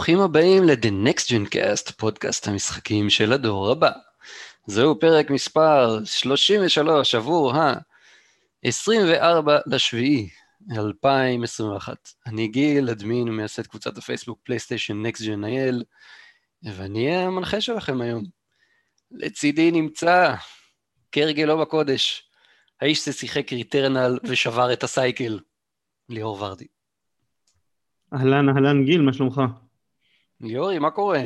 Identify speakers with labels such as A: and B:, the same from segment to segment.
A: ברוכים הבאים ל-The Next Gen Cast, פודקאסט המשחקים של הדור הבא. זהו פרק מספר 33 עבור ה-24 לשביעי 2021. אני גיל, אדמין ומייסד קבוצת הפייסבוק פלייסטיישן Next Gen IL, ואני אהיה המנחה שלכם היום. לצידי נמצא, כהרגלו בקודש, האיש ששיחק ריטרנל ושבר את הסייקל, ליאור ורדי.
B: אהלן גיל, מה שלומך?
A: ליאורי, מה קורה?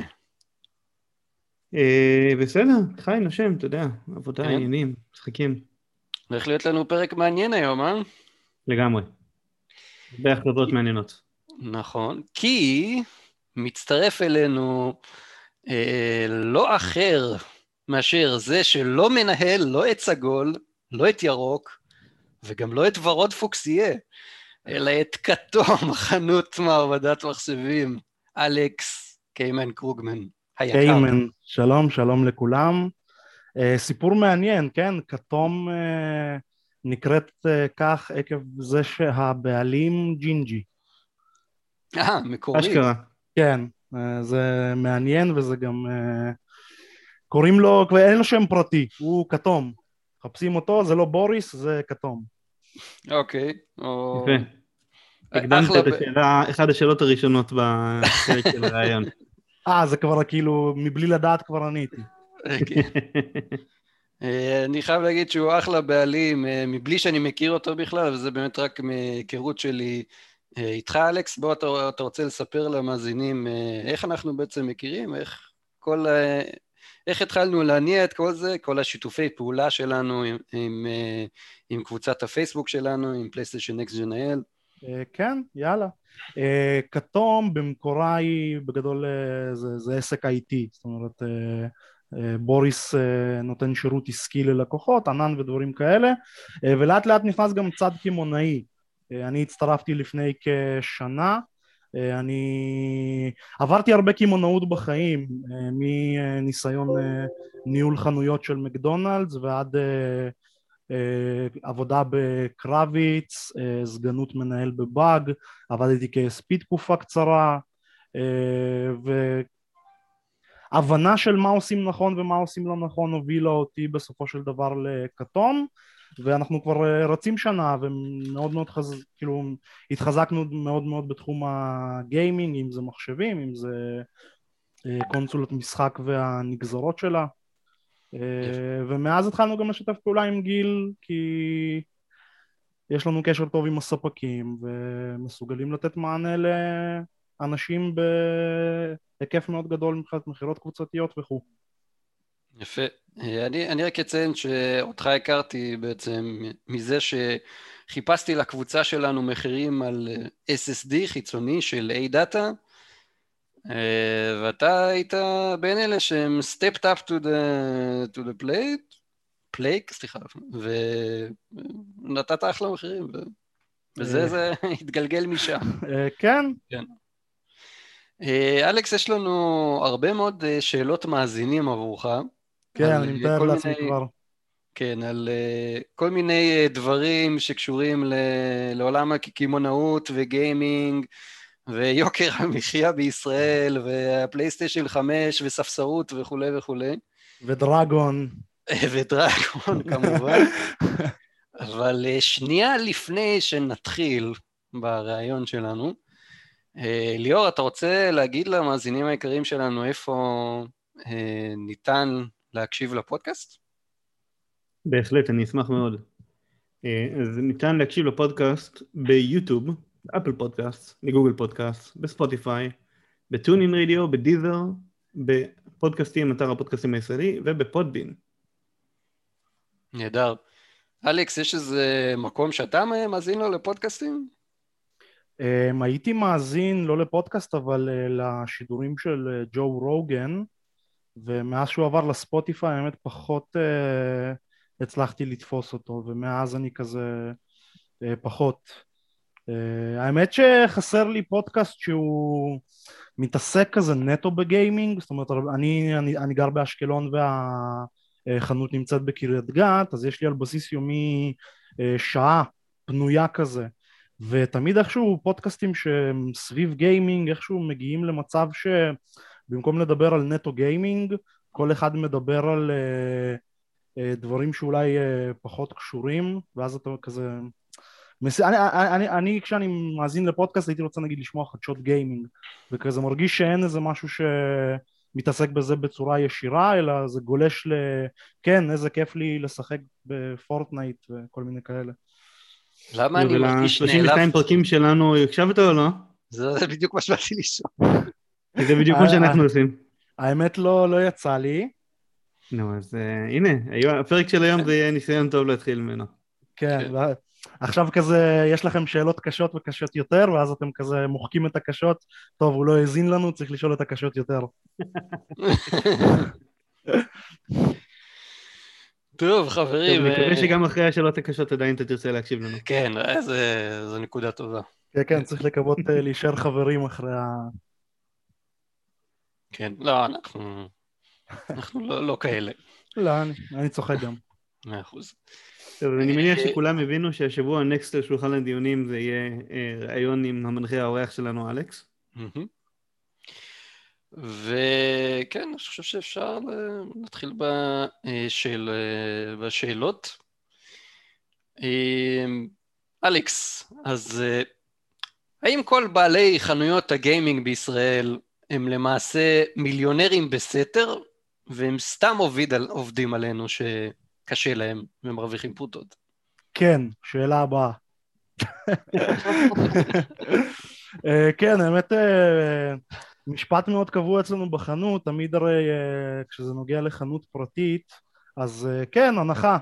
B: בסדר, חי נושם, אתה יודע, עבודה,
A: כן?
B: עניינים, משחקים.
A: הולך להיות לנו פרק מעניין היום,
B: לגמרי. הרבה החלטות מעניינות.
A: נכון, כי מצטרף אלינו לא אחר מאשר זה שלא מנהל לא את סגול, לא את ירוק, וגם לא את ורוד פוקסיה, אלא את כתום חנות מעבדת מחשבים, אלכס קיימן קרוגמן, היקר.
C: קיימן, שלום לכולם. סיפור מעניין, כן? כתום נקראת כך עקב זה שהבעלים ג'ינג'י.
A: מקורי.
B: אשכרה.
C: כן, זה מעניין וזה גם קוראים לו, אין לו שם פרטי, הוא כתום. חפשים אותו, זה לא בוריס, זה כתום.
A: אוקיי.
B: יפה. הקדמת את השאלה, אחת השאלות הראשונות בפרק של הרעיון.
C: זה כבר כאילו, מבלי לדעת כבר עניתי.
A: אני חייב להגיד שהוא אחלה בעלים, מבלי שאני מכיר אותו בכלל, וזה באמת רק מהיכרות שלי איתך, אלכס. בוא, אתה רוצה לספר למאזינים איך אנחנו בעצם מכירים, איך התחלנו להניע את כל זה, כל השיתופי פעולה שלנו עם קבוצת הפייסבוק שלנו, עם פלייסטיישן Next Gen IL.
C: כן, יאללה. כתום במקורה היא בגדול זה עסק IT, זאת אומרת בוריס נותן שירות עסקי ללקוחות, ענן ודברים כאלה, ולאט לאט נכנס גם צד כימונאי. אני הצטרפתי לפני כשנה, אני עברתי הרבה כימונאות בחיים, מניסיון ניהול חנויות של מקדונלדס ועד עבודה בקרביץ, סגנות מנהל בבאג, עבדתי כספי תקופה קצרה, והבנה של מה עושים נכון ומה עושים לא נכון הובילה אותי בסופו של דבר לכתום, ואנחנו כבר רצים שנה ומאוד מאוד כאילו התחזקנו מאוד מאוד בתחום הגיימינג, אם זה מחשבים, אם זה קונסולת משחק והנגזרות שלה, ומאז התחלנו גם לשתף פעולה עם גיל, כי יש לנו קשר טוב עם הספקים ומסוגלים לתת מענה לאנשים בהיקף מאוד גדול מבחינת מחירות קבוצתיות וכו'.
A: יפה. אני רק אציין שאותך הכרתי בעצם מזה שחיפשתי לקבוצה שלנו מחירים על SSD חיצוני של A-Data, ואתה היית בין אלה שהם stepped up to the plate, סליחה, ונתת אחלה מחירים, וזה התגלגל משם.
C: כן.
A: אלכס, יש לנו הרבה מאוד שאלות מאזינים עבורך.
C: כן, אני מתאר לעצמי כבר.
A: כן, על כל מיני דברים שקשורים לעולם הקמעונאות וגיימינג, ויוקר המחיה בישראל, והפלייסטיישן 5 וספסרות וכו' וכו'.
C: ודרגון.
A: ודרגון כמובן. אבל שנייה לפני שנתחיל ברעיון שלנו, ליאור, אתה רוצה להגיד למאזינים העיקריים שלנו איפה ניתן להקשיב לפודקאסט?
B: בהחלט, אני אשמח מאוד. אז ניתן להקשיב לפודקאסט ביוטיוב, באפל פודקאסט, בגוגל פודקאסט, בספוטיפיי, בטונין רדיו, בדיזר, בפודקאסטים, אתר הפודקאסטים הישראלי, ובפודבין.
A: נהדר. אלכס, יש איזה מקום שאתה מאזין לו לפודקאסטים?
C: הייתי מאזין, לא לפודקאסט, אבל לשידורים של ג'ו רוגן, ומאז שהוא עבר לספוטיפיי, האמת פחות הצלחתי לתפוס אותו, ומאז אני כזה פחות. האמת שחסר לי פודקאסט שהוא מתעסק כזה נטו בגיימינג, זאת אומרת, אני גר באשקלון והחנות נמצאת בקריית גת, אז יש לי על בסיס יומי שעה פנויה כזה, ותמיד איכשהו פודקאסטים שהם סביב גיימינג איכשהו מגיעים למצב שבמקום לדבר על נטו גיימינג, כל אחד מדבר על דברים שאולי פחות קשורים, ואז אתה כזה... אני כשאני מאזין לפודקאסט הייתי רוצה נגיד לשמוע חדשות גיימינג, וכזה מרגיש שאין איזה משהו שמתעסק בזה בצורה ישירה, אלא זה גולש כן, איזה כיף לי לשחק בפורטנייט וכל מיני כאלה.
A: למה אני מרגיש
B: ול-32
A: נעלב?
B: פרקים שלנו, הקשבת או לא?
A: זה בדיוק מה שבאתי לשאול.
B: כי זה בדיוק מה שאנחנו עושים.
C: האמת לא יצא לי.
B: נו, אז הנה, הפרק של היום זה יהיה ניסיון טוב להתחיל ממנו.
C: כן, עכשיו כזה יש לכם שאלות קשות וקשות יותר, ואז אתם כזה מוחקים את הקשות, טוב, הוא לא האזין לנו, צריך לשאול את הקשות יותר.
A: טוב, חברים.
B: אני מקווה שגם אחרי השאלות הקשות עדיין אתה תרצה להקשיב לנו.
A: כן, זו נקודה טובה.
C: כן, צריך לקוות להישאר חברים אחרי
A: כן, לא, אנחנו לא כאלה.
C: לא, אני צוחק גם.
A: 100%.
B: טוב, אני מניח שכולם הבינו שהשבוע הנקסט לשולחן הדיונים זה יהיה ראיון עם המנחה האורח שלנו, אלכס.
A: וכן, אני חושב שאפשר להתחיל בשאלות. אלכס, אז האם כל בעלי חנויות הגיימינג בישראל הם למעשה מיליונרים בסתר, והם סתם עובדים עלינו שקשה להם ומרוויחים פרוטות?
C: כן, שאלה הבאה. כן, האמת, משפט מאוד קבוע אצלנו בחנות, תמיד הרי כשזה נוגע לחנות פרטית, אז כן, הנחה,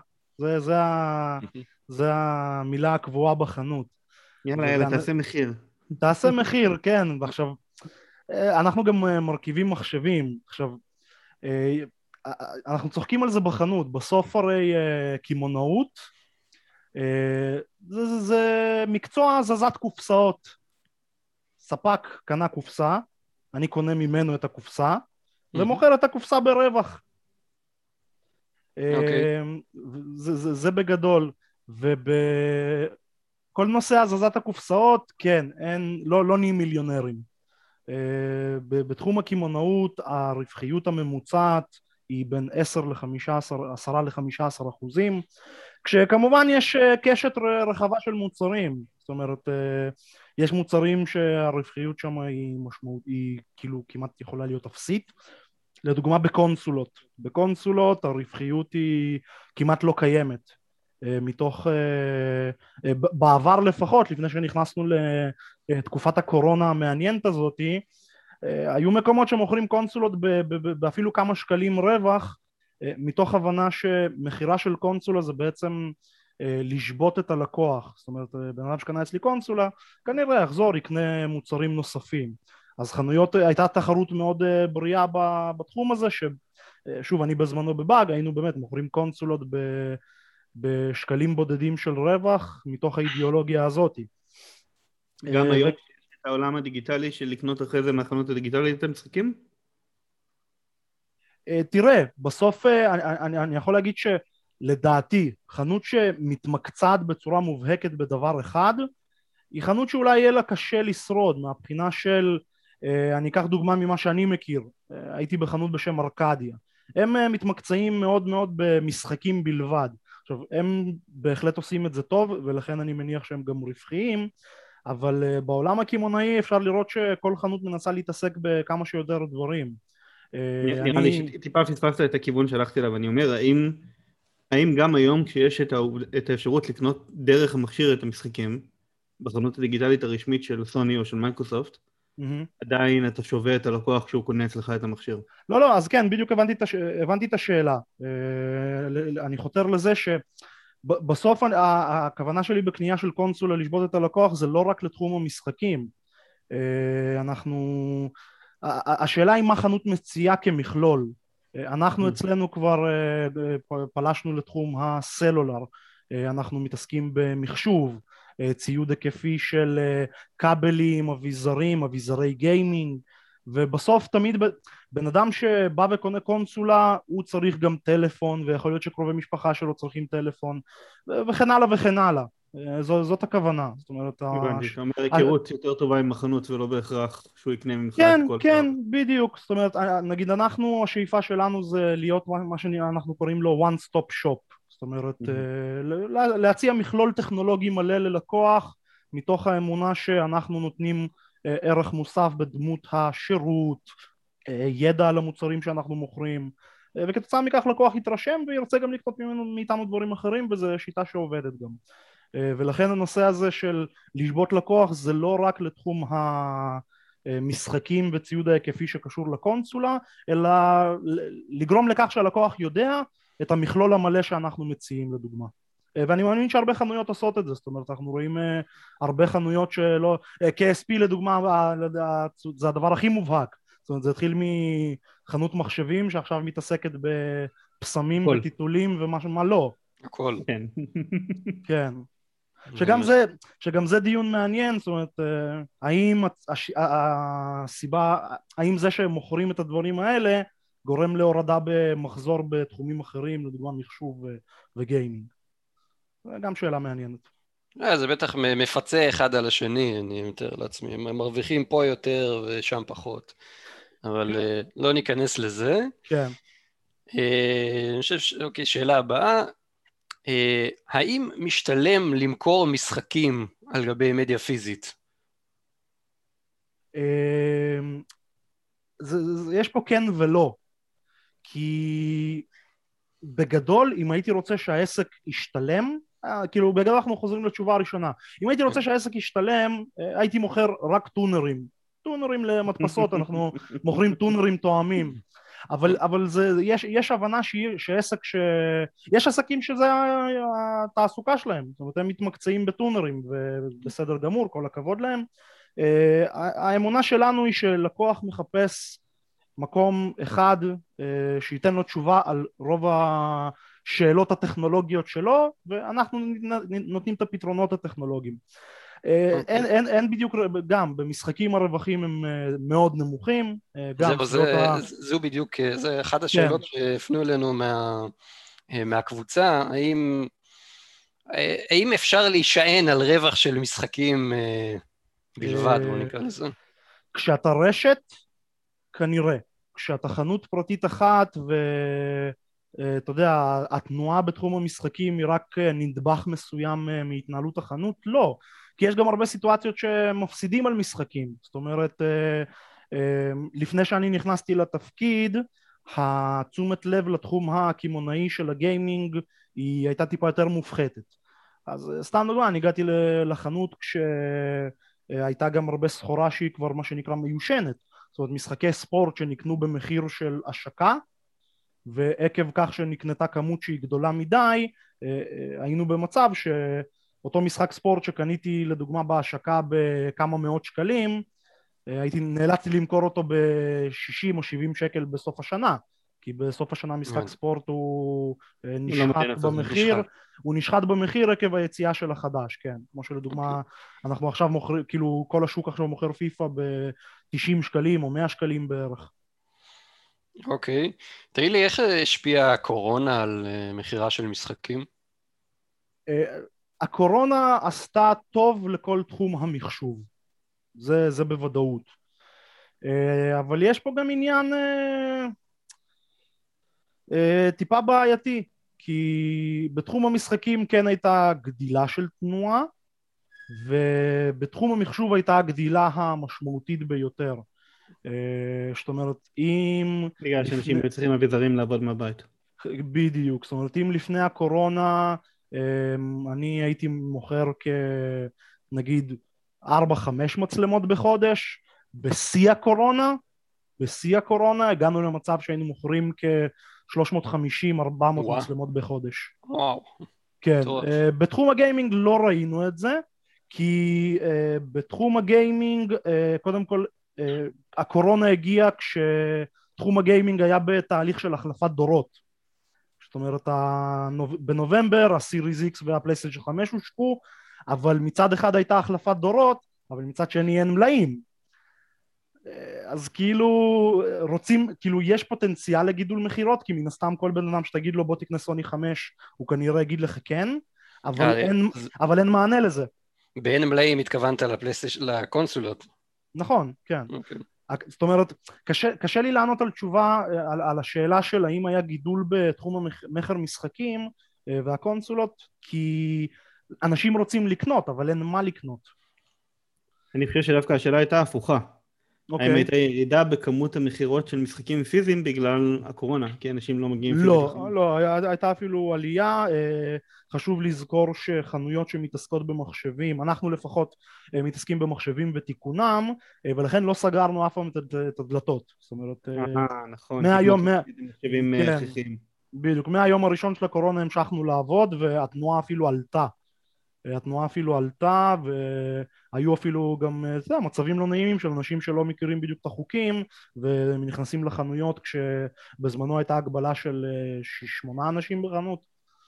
C: זה המילה הקבועה בחנות.
B: יאללה, יאללה, תעשה מחיר.
C: תעשה מחיר, כן, ועכשיו, אנחנו גם מרכיבים מחשבים, עכשיו, אנחנו צוחקים על זה בחנות, בסוף הרי קימונאות, זה מקצוע זזת קופסאות, ספק קנה קופסה, אני קונה ממנו את הקופסה, ומוכר את הקופסה ברווח. זה בגדול, ובכל נושא הזזת הקופסאות, כן, לא נהיים מיליונרים. בתחום הקימונאות, הרווחיות הממוצעת היא בין 10 ל-15%, כשכמובן יש קשת רחבה של מוצרים, זאת אומרת, יש מוצרים שהרווחיות שם היא כאילו כמעט יכולה להיות אפסית, לדוגמה בקונסולות הרווחיות היא כמעט לא קיימת, מתוך, בעבר לפחות, לפני שנכנסנו לתקופת הקורונה המעניינת הזאת, היו מקומות שמוכרים קונסולות באפילו כמה שקלים רווח, מתוך הבנה שמחירה של קונסולה זה בעצם לשבות את הלקוח, זאת אומרת בן אדם שקנה אצלי קונסולה כנראה יחזור יקנה מוצרים נוספים, אז חנויות, הייתה תחרות מאוד בריאה בתחום הזה, ששוב אני בזמנו בבאג היינו באמת מוכרים קונסולות בשקלים בודדים של רווח מתוך האידיאולוגיה הזאת.
B: גם היום את העולם הדיגיטלי של לקנות אחרי זה מהחנות הדיגיטלית אתם משחקים?
C: תראה, בסוף אני יכול להגיד שלדעתי חנות שמתמקצעת בצורה מובהקת בדבר אחד היא חנות שאולי יהיה לה קשה לשרוד מהבחינה של, אני אקח דוגמה ממה שאני מכיר, הייתי בחנות בשם ארקדיה, הם מתמקצעים מאוד מאוד במשחקים בלבד, עכשיו הם בהחלט עושים את זה טוב ולכן אני מניח שהם גם רווחיים, אבל בעולם הקימונאי אפשר לראות שכל חנות מנסה להתעסק בכמה שיותר דברים.
B: נראה לי שטיפה פספסת את הכיוון שהלכתי אליו, אני אומר, האם גם היום כשיש את האפשרות לקנות דרך המכשיר את המשחקים, בחנות הדיגיטלית הרשמית של סוני או של מייקרוסופט, עדיין אתה שווה את הלקוח כשהוא קונה אצלך את המכשיר?
C: לא, אז כן, בדיוק הבנתי את השאלה. אני חותר לזה שבסוף הכוונה שלי בקנייה של קונסולה לשבות את הלקוח זה לא רק לתחום המשחקים. השאלה היא מה חנות מציעה כמכלול. אנחנו אצלנו כבר פלשנו לתחום הסלולר, אנחנו מתעסקים במחשוב, ציוד היקפי של כבלים, אביזרי גיימינג, ובסוף תמיד בן אדם שבא וקונה קונסולה הוא צריך גם טלפון, ויכול להיות שקרובי משפחה שלו צריכים טלפון וכן הלאה וכן הלאה. זאת הכוונה, זאת אומרת...
B: הבנתי, אתה אומר היכרות יותר טובה עם החנות ולא בהכרח שהוא יקנה ממך את
C: כן,
B: כל...
C: כן, בדיוק, זאת אומרת, נגיד אנחנו, השאיפה שלנו זה להיות מה שאנחנו קוראים לו one stop shop, זאת אומרת, להציע מכלול טכנולוגי מלא ללקוח, מתוך האמונה שאנחנו נותנים ערך מוסף בדמות השירות, ידע על המוצרים שאנחנו מוכרים, וכתוצאה מכך לקוח יתרשם וירצה גם לקנות מאיתנו דברים אחרים, וזו שיטה שעובדת גם. ולכן הנושא הזה של לשבות לקוח זה לא רק לתחום המשחקים וציוד ההיקפי שקשור לקונסולה, אלא לגרום לכך שהלקוח יודע את המכלול המלא שאנחנו מציעים לדוגמה. ואני מאמין שהרבה חנויות עושות את זה, זאת אומרת אנחנו רואים הרבה חנויות שלא, KSP לדוגמה זה הדבר הכי מובהק, זאת אומרת זה התחיל מחנות מחשבים שעכשיו מתעסקת בפסמים וטיטולים ומה לא.
A: הכל.
B: כן.
C: כן. שגם זה דיון מעניין, זאת אומרת, האם זה שהם מוכרים את הדברים האלה גורם להורדה במחזור בתחומים אחרים, לדוגמה מחשוב וגיימינג. זו גם שאלה מעניינת.
A: זה בטח מפצה אחד על השני, אני מתאר לעצמי, הם מרוויחים פה יותר ושם פחות, אבל לא ניכנס לזה.
C: כן.
A: אני חושב, אוקיי, שאלה הבאה, האם משתלם למכור משחקים על גבי מדיה פיזית?
C: יש פה כן ולא, כי בגדול אם הייתי רוצה שהעסק ישתלם, כאילו בגדול אנחנו חוזרים לתשובה הראשונה, אם הייתי רוצה שהעסק ישתלם הייתי מוכר רק טונרים למדפסות, אנחנו מוכרים טונרים תואמים, אבל יש הבנה יש עסקים שזה התעסוקה שלהם, זאת אומרת הם מתמקצעים בטונרים ובסדר גמור, כל הכבוד להם. האמונה שלנו היא שלקוח מחפש מקום אחד שייתן לו תשובה על רוב השאלות הטכנולוגיות שלו, ואנחנו נותנים את הפתרונות הטכנולוגיים. אין בדיוק, גם במשחקים הרווחים הם מאוד נמוכים.
A: זו בדיוק, זה אחת השאלות שהפנו אלינו מהקבוצה, האם אפשר להישען על רווח של משחקים בלבד, בוא נקרא לזה?
C: כשאתה רשת, כנראה. כשאתה חנות פרטית אחת ואתה יודע, התנועה בתחום המשחקים היא רק נדבך מסוים מהתנהלות החנות, לא. כי יש גם הרבה סיטואציות שמפסידים על משחקים. זאת אומרת, לפני שאני נכנסתי לתפקיד, התשומת לב לתחום הכימונאי של הגיימינג היא הייתה טיפה יותר מופחתת. אז סתם דוגמה, אני הגעתי לחנות כשהייתה גם הרבה סחורה שהיא כבר מה שנקרא מיושנת. זאת אומרת, משחקי ספורט שנקנו במחיר של השקה, ועקב כך שנקנתה כמות שהיא גדולה מדי, היינו במצב שאותו משחק ספורט שקניתי לדוגמה בהשקה בכמה מאות שקלים, נאלצתי למכור אותו ב-60 או 70 שקל בסוף השנה, כי בסוף השנה משחק ספורט הוא נשחט במחיר, הוא נשחט במחיר עקב היציאה של החדש, כן. כמו שלדוגמה, אנחנו עכשיו מוכרים, כאילו כל השוק עכשיו מוכר פיפה ב-90 שקלים או 100 שקלים בערך.
A: אוקיי. תראי לי, איך השפיעה הקורונה על מחירה של משחקים?
C: הקורונה עשתה טוב לכל תחום המחשוב. זה בוודאות. אבל יש פה גם עניין טיפה בעייתי, כי בתחום המשחקים כן הייתה גדילה של תנועה, ובתחום המחשוב הייתה הגדילה המשמעותית ביותר. זאת אומרת, אם...
B: בגלל שאנשים צריכים אביזרים לעבוד מהבית.
C: בדיוק, זאת אומרת, אם לפני הקורונה אני הייתי מוכר כנגיד 4-5 מצלמות בחודש, בשיא הקורונה הגענו למצב שהיינו מוכרים כ-350-400 מצלמות בחודש.
A: וואו.
C: כן, בתחום הגיימינג לא ראינו את זה, כי בתחום הגיימינג, קודם כל, הקורונה הגיעה כשתחום הגיימינג היה בתהליך של החלפת דורות. זאת אומרת, בנובמבר הסיריס X והפלייסטיישן 5 הושקו, אבל מצד אחד הייתה החלפת דורות, אבל מצד שני אין מלאים. אז כאילו רוצים, כאילו יש פוטנציאל לגידול מחירות, כי מן הסתם כל בן אדם שתגיד לו בוא תקנה סוני 5, הוא כנראה יגיד לך כן, אבל אין מענה לזה.
A: באין מלאים התכוונת לקונסולות.
C: נכון, כן.
A: אוקיי.
C: זאת אומרת, קשה לי לענות על תשובה, על השאלה של האם היה גידול בתחום המכר משחקים והקונסולות, כי אנשים רוצים לקנות, אבל אין מה לקנות.
B: אני חושב שדווקא השאלה הייתה הפוכה. האם הייתה ירידה בכמות המחירות של משחקים פיזיים בגלל הקורונה, כי אנשים לא מגיעים פיזית לחנות?
C: לא, הייתה אפילו עלייה. חשוב לזכור שחנויות שמתעסקות במחשבים, אנחנו לפחות מתעסקים במחשבים ותיקונם, ולכן לא סגרנו אף פעם את הדלתות. זאת אומרת,
B: נכון,
C: מהיום,
B: מחשבים הכרחיים.
C: בדיוק, מהיום הראשון של הקורונה המשכנו לעבוד, והתנועה אפילו עלתה, והיו אפילו גם מצבים לא נעימים של אנשים שלא מכירים בדיוק את החוקים ונכנסים לחנויות, כשבזמנו הייתה הגבלה של 8 אנשים בחנות.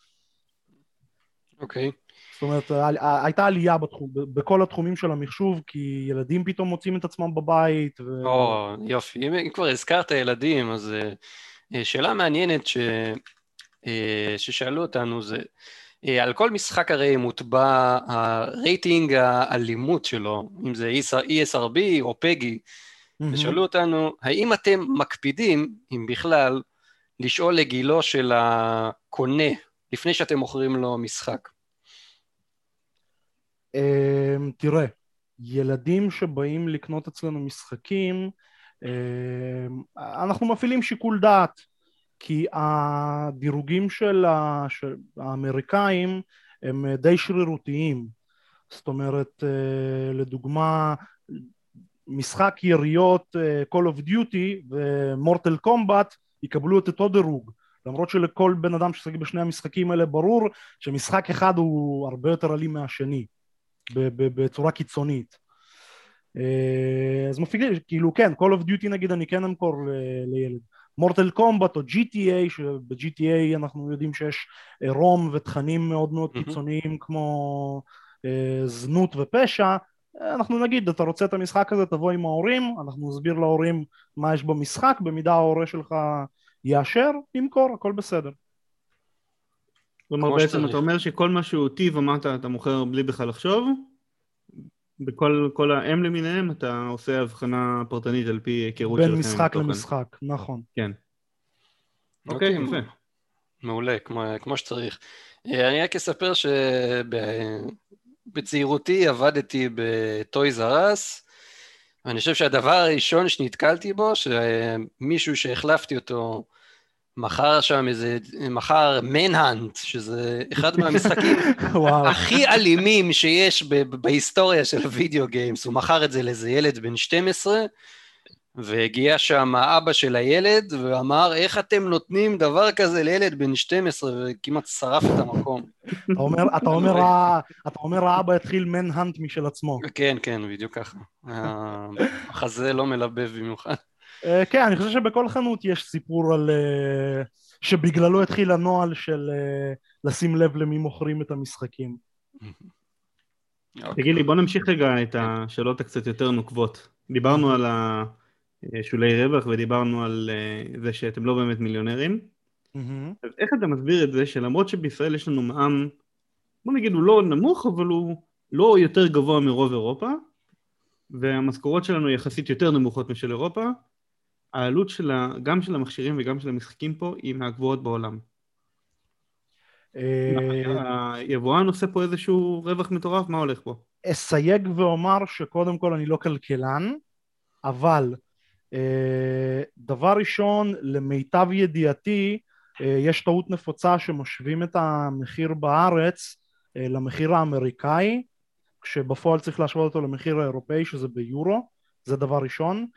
A: אוקיי.
C: זאת אומרת, הייתה עלייה בכל התחומים של המחשוב, כי ילדים פתאום מוצאים את עצמם בבית.
A: יופי, אם כבר הזכרת ילדים, אז שאלה מעניינת ששאלו אותנו זה, על כל משחק הרי מוטבע הרייטינג האלימות שלו, אם זה ESRB או פגי, ושאלו אותנו, האם אתם מקפידים, אם בכלל, לשאול לגילו של הקונה, לפני שאתם מוכרים לו משחק?
C: תראה, ילדים שבאים לקנות אצלנו משחקים, אנחנו מפעילים שיקול דעת, כי הדירוגים של האמריקאים הם די שרירותיים. זאת אומרת, לדוגמה, משחק יריות Call of Duty ומורטל קומבט יקבלו את אותו דירוג, למרות שלכל בן אדם ששחק בשני המשחקים האלה ברור שמשחק אחד הוא הרבה יותר אלים מהשני בצורה קיצונית. אז מפעילים, כאילו כן, Call of Duty נגיד אני כן אמכור לילד. מורטל קומבט או GTA, שב-GTA אנחנו יודעים שיש רום ותכנים מאוד מאוד קיצוניים כמו זנות ופשע, אנחנו נגיד, אתה רוצה את המשחק הזה, תבוא עם ההורים, אנחנו נסביר להורים מה יש במשחק, במידה ההורה שלך יאשר, ימכור, הכל בסדר.
B: כלומר בעצם אתה אומר שכל מה שהוא טיב אמרת אתה מוכר בלי בכלל לחשוב, בכל האם למיניהם אתה עושה הבחנה פרטנית על פי היכרות שלכם.
C: בין משחק למשחק, נכון.
B: כן. אוקיי, יפה.
A: מעולה, כמו שצריך. אני רק אספר שבצעירותי עבדתי בטויז אר אס, ואני חושב שהדבר הראשון שנתקלתי בו, שמישהו שהחלפתי אותו מחר מנהנט, שזה אחד מהמשחקים הכי אלימים שיש בהיסטוריה של הווידאו גיימס. הוא מחר את זה לאיזה ילד בן 12, והגיע שם האבא של הילד ואמר, איך אתם נותנים דבר כזה לילד בן 12, וכמעט שרף את המקום.
C: אתה אומר האבא התחיל מנהנט משל עצמו.
A: כן, כן, בדיוק ככה. החזה לא מלבב במיוחד.
C: כן, אני חושב שבכל חנות יש סיפור על שבגללו התחיל הנוהל של לשים לב למי מוכרים את המשחקים.
B: תגיד לי, בוא נמשיך רגע את השאלות הקצת יותר נוקבות. דיברנו על שולי רווח ודיברנו על זה שאתם לא באמת מיליונרים. אז איך אתה מסביר את זה שלמרות שבישראל יש לנו מע"מ, בוא נגיד הוא לא נמוך, אבל הוא לא יותר גבוה מרוב אירופה, והמשכורות שלנו יחסית יותר נמוכות משל אירופה, העלות גם של המכשירים וגם של המשחקים פה היא מהגבוהות בעולם. היבואן עושה פה איזשהו רווח מטורף, מה הולך פה?
C: אסייג ואומר שקודם כל אני לא כלכלן, אבל דבר ראשון, למיטב ידיעתי, יש טעות נפוצה שמשווים את המחיר בארץ למחיר האמריקאי, כשבפועל צריך להשוות אותו למחיר האירופאי שזה ביורו, זה דבר ראשון.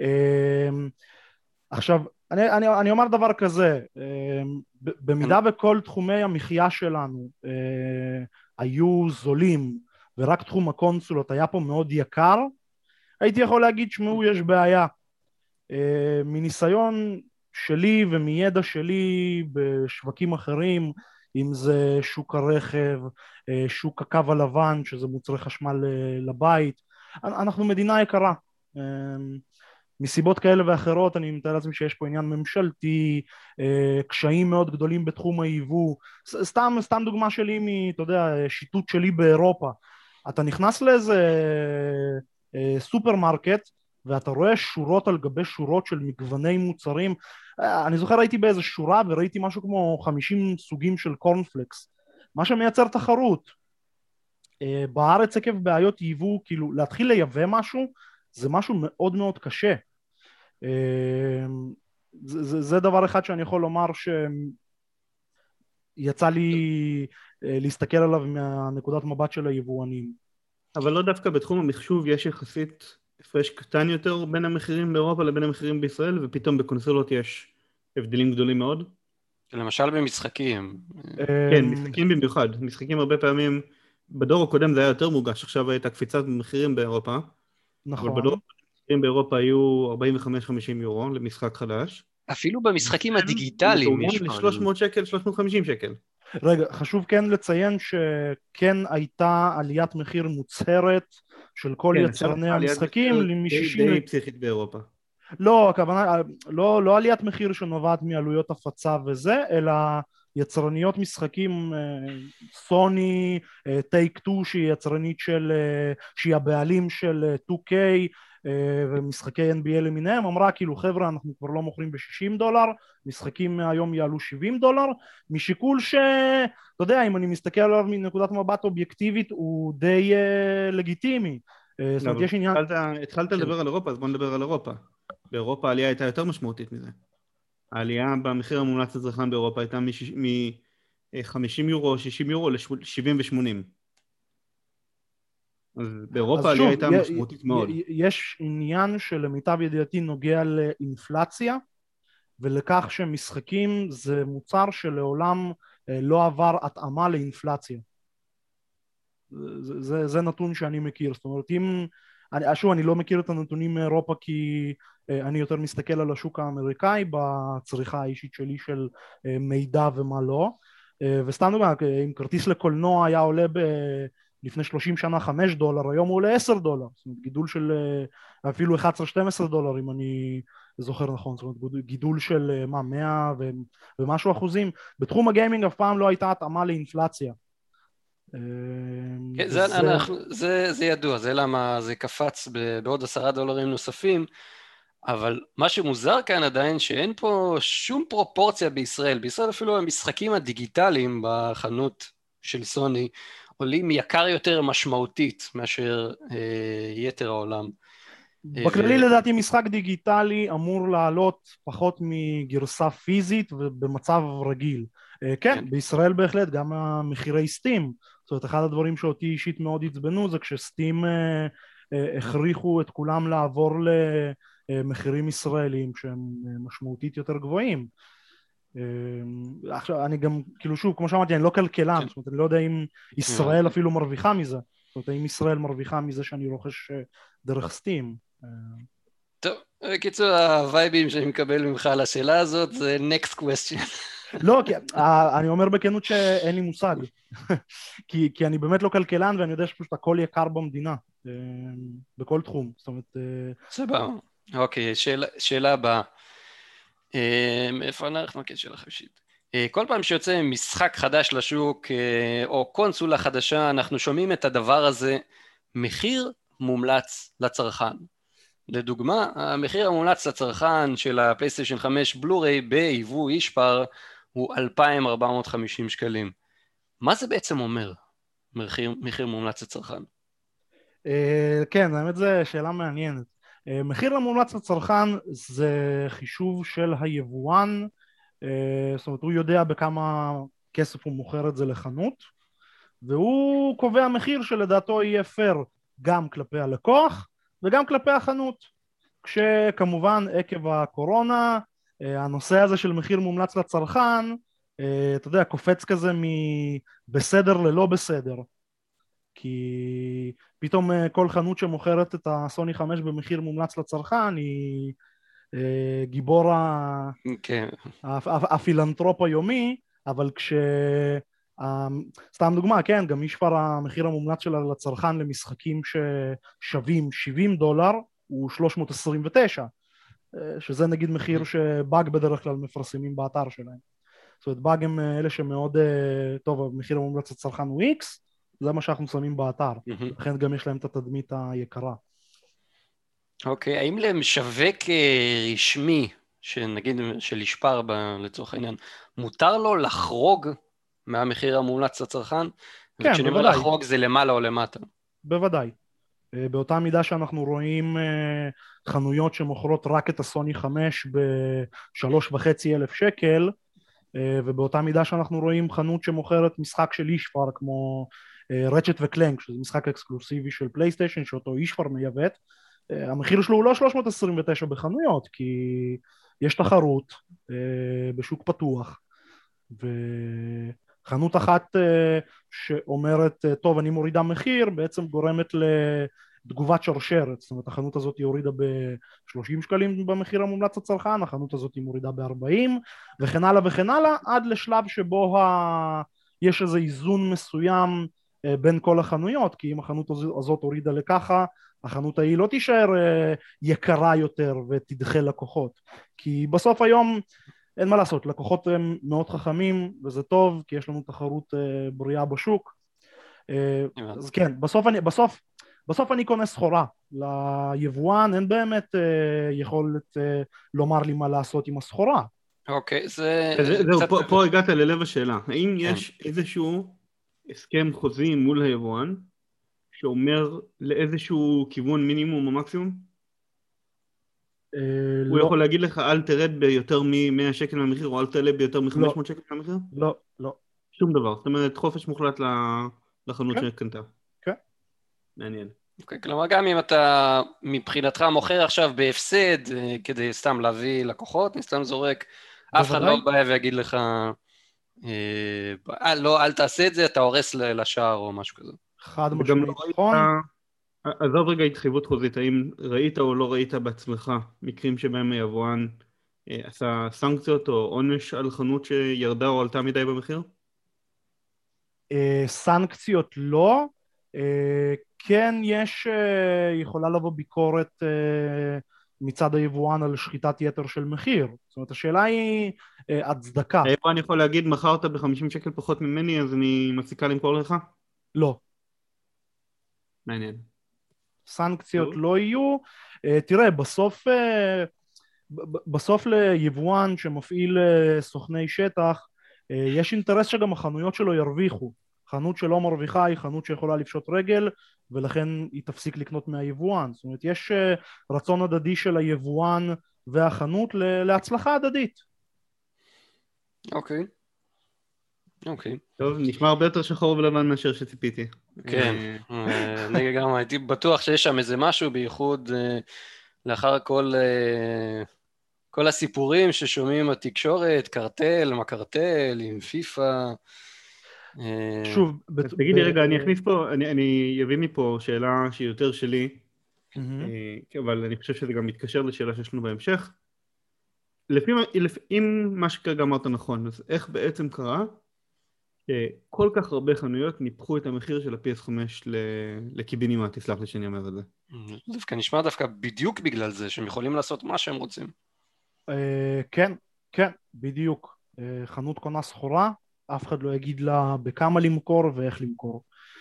C: עכשיו, אני אומר דבר כזה, במידה וכל תחומי המחיה שלנו היו זולים, ורק תחום הקונסולות היה פה מאוד יקר, הייתי יכול להגיד שמעו יש בעיה. מניסיון שלי ומידע שלי בשווקים אחרים, אם זה שוק הרכב, שוק הקו הלבן, שזה מוצרי חשמל לבית, אנחנו מדינה יקרה. מסיבות כאלה ואחרות, אני מתאר לעצמי שיש פה עניין ממשלתי, קשיים מאוד גדולים בתחום היבוא, סתם דוגמה שלי אתה יודע, שיטוט שלי באירופה, אתה נכנס לאיזה סופרמרקט, ואתה רואה שורות על גבי שורות של מגווני מוצרים, אני זוכר הייתי באיזה שורה וראיתי משהו כמו 50 סוגים של קורנפלקס, מה שמייצר תחרות. בארץ עקב בעיות ייבוא, כאילו להתחיל לייבא משהו, זה משהו מאוד מאוד קשה. זה דבר אחד שאני יכול לומר שיצא לי להסתכל עליו מהנקודת מבט של היבואנים.
B: אבל לא דווקא בתחום המחשוב יש יחסית הפרש קטן יותר בין המחירים באירופה לבין המחירים בישראל, ופתאום בקונסולות יש הבדלים גדולים מאוד.
A: למשל במשחקים.
B: כן, משחקים במיוחד. משחקים הרבה פעמים, בדור הקודם זה היה יותר מורגש, עכשיו הייתה קפיצת מחירים באירופה.
C: נכון.
B: אבל בדור המחירים באירופה היו 45-50 יורו למשחק חדש.
A: אפילו במשחקים הדיגיטליים יש
B: פעמים. ל-300 שקל, 350 שקל.
C: רגע, חשוב כן לציין שכן הייתה עליית מחיר מוצהרת של כל יצרני המשחקים
B: מ-60 די פסיכית באירופה.
C: לא, הכוונה, לא עליית מחיר שנובעת מעלויות הפצה וזה, אלא יצרניות משחקים, סוני, טייק 2 שהיא יצרנית שהיא הבעלים של 2K ומשחקי NBA למיניהם, אמרה כאילו חבר'ה אנחנו כבר לא מוכרים ב$60, משחקים היום יעלו $70, משיקול שאתה יודע, אם אני מסתכל עליו מנקודת מבט אובייקטיבית הוא די לגיטימי. זאת אומרת יש עניין...
B: התחלת לדבר על אירופה, אז בוא נדבר על אירופה. באירופה העלייה הייתה יותר משמעותית מזה. העלייה במחיר המומלץ לצרכן באירופה הייתה מ-50 יורו, 60 יורו ל-70 ו-80. אז באירופה העלייה הייתה משמעותית מאוד.
C: יש עניין שלמיטב ידיעתי נוגע לאינפלציה, ולכך שמשחקים זה מוצר שלעולם לא עבר התאמה לאינפלציה. זה נתון שאני מכיר. זאת אומרת, שוב, אני לא מכיר את הנתונים מאירופה כי אני יותר מסתכל על השוק האמריקאי בצריכה האישית שלי של מידע ומה לא, וסתם דוגמה, אם כרטיס לקולנוע היה עולה לפני 30 שנה $5, היום הוא עולה $10, זאת אומרת גידול של אפילו $11-12 אם אני זוכר נכון, זאת אומרת גידול של 100 ומשהו אחוזים. בתחום הגיימינג אף פעם לא הייתה התאמה לאינפלציה.
A: זה ידוע, זה למה זה קפץ בעוד $10 נוספים, אבל מה שמוזר כאן עדיין שאין פה שום פרופורציה בישראל. בישראל אפילו המשחקים הדיגיטליים בחנות של סוני עולים יקר יותר משמעותית מאשר יתר העולם.
C: בכללי לדעתי משחק דיגיטלי אמור לעלות פחות מגרסה פיזית ובמצב רגיל. כן, בישראל בהחלט גם המחירי סטים, זאת אומרת אחד הדברים שאותי אישית מאוד הצבנו זה כשסטים הכריחו את כולם לעבור למחירים ישראלים שהם משמעותית יותר גבוהים. עכשיו אני גם כאילו שוב כמו שאמרתי אני לא כלכלן, זאת אומרת אני לא יודע אם ישראל אפילו מרוויחה מזה, זאת אומרת האם ישראל מרוויחה מזה שאני רוכש דרך סטים.
A: טוב, בקיצור הווייבים שאני מקבל ממך על השאלה הזאת זה next question.
C: לא, אני אומר בכנות שאין לי מושג, כי אני באמת לא כלכלן ואני יודע שפשוט הכל יקר במדינה, בכל תחום, זאת אומרת...
A: סבבה, אוקיי, שאלה הבאה. איפה אנחנו? כן, שאלה חמישית. כל פעם שיוצא משחק חדש לשוק או קונסולה חדשה, אנחנו שומעים את הדבר הזה, מחיר מומלץ לצרכן. לדוגמה, המחיר המומלץ לצרכן של הפלייסטיישן 5 בלוריי ביבוא אישפר הוא 2,450 שקלים. מה זה בעצם אומר, מחיר מומלץ לצרכן?
C: כן, האמת זו שאלה מעניינת. מחיר המומלץ לצרכן זה חישוב של היבואן, זאת אומרת הוא יודע בכמה כסף הוא מוכר את זה לחנות, והוא קובע מחיר שלדעתו יהיה פייר גם כלפי הלקוח וגם כלפי החנות, כשכמובן עקב הקורונה הנושא הזה של מחיר מומלץ לצרכן, אתה יודע, קופץ כזה מבסדר ללא בסדר, כי פתאום כל חנות שמוכרת את הסוני 5 במחיר מומלץ לצרכן היא גיבור הפילנטרופ היומי, אבל סתם דוגמה, כן, גם אישפר המחיר המומלץ שלה לצרכן למשחקים ששווים $70 הוא 329, שזה נגיד מחיר שבאג בדרך כלל מפרסמים באתר שלהם. זאת אומרת, באג הם אלה שמאוד, טוב, המחיר המומלץ לצרכן הוא X, זה מה שאנחנו שמים באתר, לכן גם יש להם את התדמית היקרה.
A: אוקיי, האם למשווק רשמי, שנגיד של ישפר לצורך העניין, מותר לו לחרוג מהמחיר המומלץ לצרכן?
C: כן,
A: וכשאני אומר
C: בוודאי.
A: לחרוג זה למעלה או למטה?
C: בוודאי. באותה מידה שאנחנו רואים חנויות שמוכרות רק את הסוני 5 ב-3,500 שקל, ובאותה מידה שאנחנו רואים חנות שמוכרת משחק של אישפר כמו רצ'ט וקלנק, שזה משחק אקסקלוסיבי של פלייסטיישן שאותו אישפר מייבאת, המחיר שלו הוא לא 329 בחנויות, כי יש תחרות בשוק פתוח, וחנות אחת שאומרת טוב אני מורידה מחיר בעצם גורמת לתגובת שרשרת, זאת אומרת החנות הזאת הורידה ב-30 שקלים במחיר המומלץ לצרכן, החנות הזאת היא מורידה ב-40 וכן הלאה וכן הלאה, עד לשלב שבו יש איזה איזון מסוים בין כל החנויות, כי אם החנות הזאת הורידה לככה, החנות ההיא לא תישאר יקרה יותר ותדחה לקוחות, כי בסוף היום אין מה לעשות, לקוחות הם מאוד חכמים וזה טוב, כי יש לנו תחרות בריאה בשוק, אז כן, בסוף אני קונה סחורה, ליבואן אין באמת יכולת לומר לי מה לעשות עם הסחורה.
A: אוקיי, זה...
B: זהו, פה הגעת ללב השאלה, האם יש איזשהו הסכם חוזי מול היבואן, שאומר לאיזשהו כיוון מינימום או מקסימום? הוא יכול להגיד לך אל תרד ביותר מ-100 שקל מהמחיר או אל תעלה ביותר מ-500 שקל מהמחיר?
C: לא.
B: שום דבר, זאת אומרת חופש מוחלט לחנות שקנתה.
C: כן.
B: מעניין.
A: אוקיי, כלומר גם אם אתה מבחינתך מוכר עכשיו בהפסד כדי סתם להביא לקוחות, אני סתם זורק, אף אחד לא בא ויגיד לך לא, אל תעשה את זה, אתה הורס לשער או משהו כזה.
C: חד משמעית, נכון?
B: עזוב רגע התחייבות חוזית, האם ראית או לא ראית בעצמך מקרים שבהם היבואן עשה סנקציות או עונש על חנות שירדה או עלתה מדי במחיר?
C: סנקציות לא, כן יש, יכולה לבוא ביקורת מצד היבואן על שחיטת יתר של מחיר, זאת אומרת השאלה היא הצדקה.
B: היבואן יכול להגיד מכרת ב-50 שקל פחות ממני אז אני מפסיקה למכור לך?
C: לא.
B: מעניין.
C: סנקציות לא יהיו, תראה בסוף ליבואן שמפעיל סוכני שטח יש אינטרס שגם החנויות שלו ירוויחו, חנות שלא מרוויחה היא חנות שיכולה לפשוט רגל ולכן היא תפסיק לקנות מהיבואן, זאת אומרת יש רצון הדדי של היבואן והחנות להצלחה הדדית.
A: אוקיי.
B: טוב, נשמע הרבה יותר שחור ולבן מאשר שציפיתי.
A: כן, אני גם הייתי בטוח שיש שם איזה משהו, בייחוד לאחר כל הסיפורים ששומעים בתקשורת, קרטל, מה קרטל, עם פיפה.
C: שוב,
B: תגידי רגע, אני אכניס פה, אני אביא מפה שאלה שהיא יותר שלי, אבל אני חושב שזה גם מתקשר לשאלה שיש לנו בהמשך. אם מה שכרגע אמרת נכון, אז איך בעצם קרה כל כך הרבה חנויות ניפחו את המחיר של ה-PS5 לקיבינימט, תסלח לי שאני אומר את זה.
A: דווקא נשמע דווקא בדיוק בגלל זה, שהם יכולים לעשות מה שהם רוצים.
C: כן, בדיוק. חנות קונה סחורה, אף אחד לא יגיד לה בכמה למכור ואיך למכור.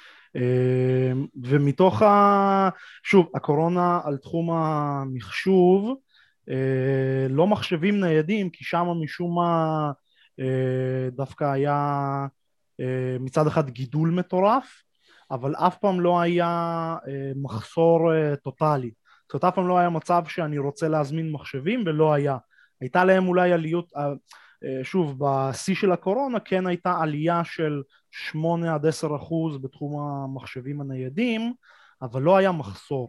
C: ומתוך שוב, הקורונה על תחום המחשוב, לא מחשבים ניידים, כי שם משום מה דווקא היה מצד אחד גידול מטורף, אבל אף פעם לא היה מחסור טוטלי. זאת אומרת, אף פעם לא היה מצב שאני רוצה להזמין מחשבים ולא היה. הייתה להם אולי עליות, שוב, בשיא של הקורונה כן הייתה עלייה של 8-10% בתחום המחשבים הניידים, אבל לא היה מחסור.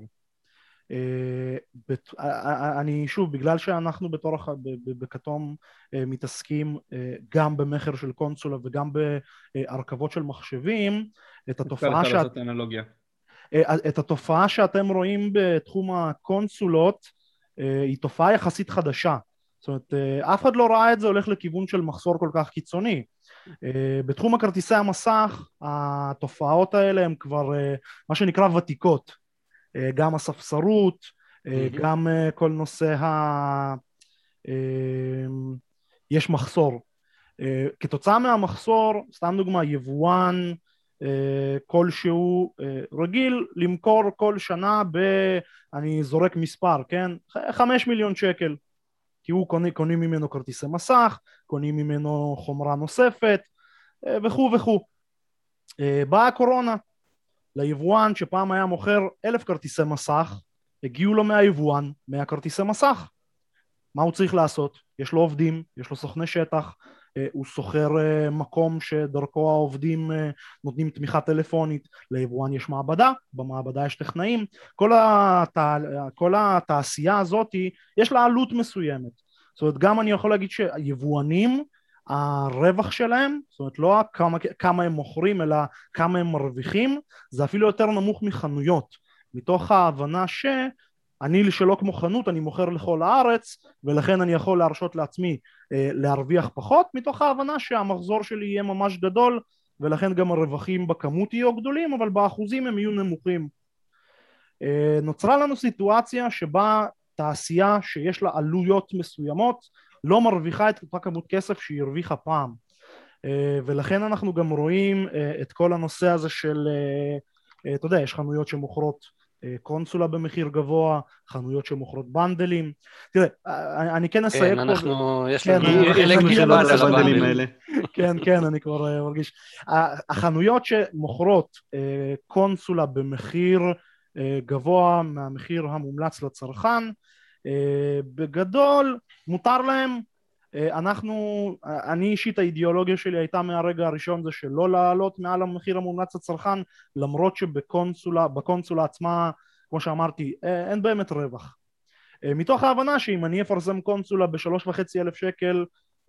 C: אני שוב, בגלל שאנחנו בתור בכתום מתעסקים גם במחר של קונסולה וגם בהרכבות של מחשבים, את התופעה שאתם רואים בתחום הקונסולות היא תופעה יחסית חדשה. זאת אומרת, אף אחד לא ראה את זה הולך לכיוון של מחסור כל כך קיצוני. בתחום הכרטיסי המסך, התופעות האלה הן כבר מה שנקרא ותיקות. גם הספסרות, גם כל נושא יש מחסור. כתוצאה מהמחסור, סתם דוגמה, יבואן כלשהו רגיל למכור כל שנה אני זורק מספר, כן? 5 מיליון שקל, כי הוא קונים ממנו כרטיסי מסך, קונים ממנו חומרה נוספת וכו' וכו'. באה הקורונה, ליבואן שפעם היה מוכר 1,000 כרטיסי מסך, הגיעו לו מהיבואן 100 כרטיסי מסך. מה הוא צריך לעשות? יש לו עובדים, יש לו סוכני שטח, הוא סוחר מקום שדרכו העובדים נותנים תמיכה טלפונית, ליבואן יש מעבדה, במעבדה יש טכנאים, כל התעשייה הזאת יש לה עלות מסוימת. זאת אומרת, גם אני יכול להגיד שיבואנים, הרווח שלהם, זאת אומרת לא כמה הם מוכרים אלא כמה הם מרוויחים, זה אפילו יותר נמוך מחנויות, מתוך ההבנה אני שלא כמו חנות, אני מוכר לכל הארץ, ולכן אני יכול להרשות לעצמי להרוויח פחות, מתוך ההבנה שהמחזור שלי יהיה ממש גדול, ולכן גם הרווחים בכמות יהיו גדולים, אבל באחוזים הם יהיו נמוכים. נוצרה לנו סיטואציה שבה תעשייה שיש לה עלויות מסוימות, לא מרוויחה את אותה כמות כסף שהיא הרוויחה פעם. ולכן אנחנו גם רואים את כל הנושא הזה של, אתה יודע, יש חנויות שמוכרות קונסולה במחיר גבוה, חנויות שמוכרות בנדלים. תראה, אני כן אסייג פה.
A: כן, אנחנו, יש
C: כן,
A: לנו חלק נכבד על הבנדלים האלה.
C: כן, כן, אני כבר מרגיש. החנויות שמוכרות קונסולה במחיר גבוה מהמחיר המומלץ לצרכן, בגדול מותר להם. אני אישית האידיאולוגיה שלי הייתה מהרגע הראשון זה שלא לעלות מעל המחיר המומלץ לצרכן, למרות שבקונסולה עצמה, כמו שאמרתי, אין באמת רווח. מתוך ההבנה שאם אני אפרסם קונסולה ב3,500 שקל,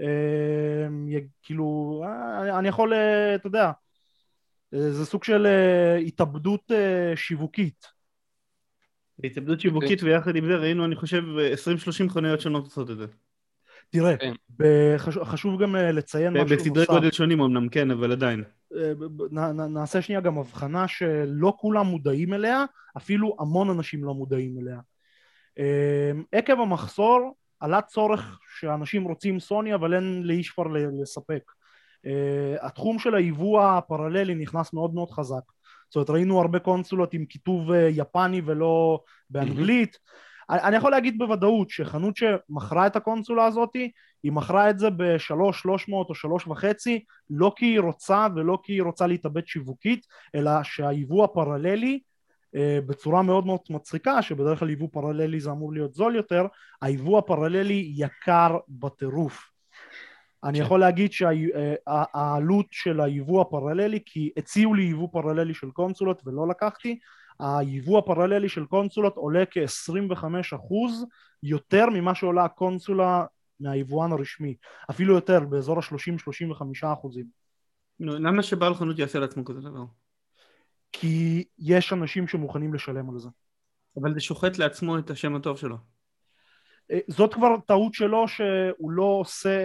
C: כאילו, אני יכול, אתה יודע, זה סוג של התאבדות שיווקית.
B: התאבדות שיווקית, ויחד עם זה ראינו, אני חושב, 20-30 חנויות שונות עושות את זה.
C: תראה, חשוב גם לציין משהו נוסף.
B: בסדרי גודל שונים אמנם, כן, אבל עדיין.
C: נעשה שנייה גם הבחנה שלא כולם מודעים אליה, אפילו המון אנשים לא מודעים אליה. עקב המחסור עלה צורך שאנשים רוצים סוני, אבל אין לאיש כבר לספק. התחום של היבוא הפרללי נכנס מאוד מאוד חזק. זאת אומרת, ראינו הרבה קונסולות עם כיתוב יפני ולא באנגלית. אני יכול להגיד בוודאות שחנות שמכרה את הקונסולה הזאת, היא מכרה את זה ב3,300 או 3,500, לא כי היא רוצה ולא כי היא רוצה להתאבד שיווקית, אלא שהיבוא הפרללי, בצורה מאוד מאוד מצחיקה, שבדרך כלל יבוא פרללי זה אמור להיות זול יותר, היבוא הפרללי יקר בטירוף. אני יכול להגיד שהעלות של היבוא הפרללי, כי הציעו לי יבוא פרללי של קונסולות ולא לקחתי, היבוא הפרללי של קונסולות עולה כ-25% יותר ממה שעולה הקונסולה מהיבואן הרשמי, אפילו יותר, באזור ה-30-35%.
B: למה שבעל חנות יעשה לעצמו כזה דבר?
C: כי יש אנשים שמוכנים לשלם על זה.
B: אבל זה שוחט לעצמו את השם הטוב שלו.
C: זאת כבר טעות שלו שהוא לא עושה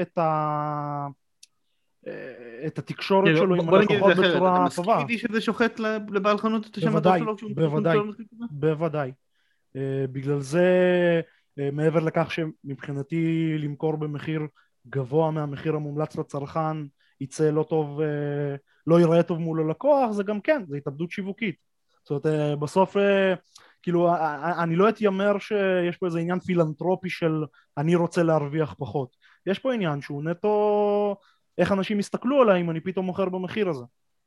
C: את התקשורת שלו עם הלקוחות בצורה טובה.
B: אתה מסכים איתי שזה שוחט לבעל חנות את השם הטוב שלו?
C: בוודאי. בגלל זה, מעבר לכך שמבחינתי למכור במחיר גבוה מהמחיר המומלץ לצרכן יצא לא טוב, לא ייראה טוב מול הלקוח, זה גם כן, זה התאבדות שיווקית. זאת אומרת, בסוף, כאילו, אני לא אתיימר שיש פה איזה עניין פילנטרופי של אני רוצה להרוויח פחות. יש פה עניין שהוא נטו, איך אנשים יסתכלו עליי אם אני פתאום מוכר במחיר הזה.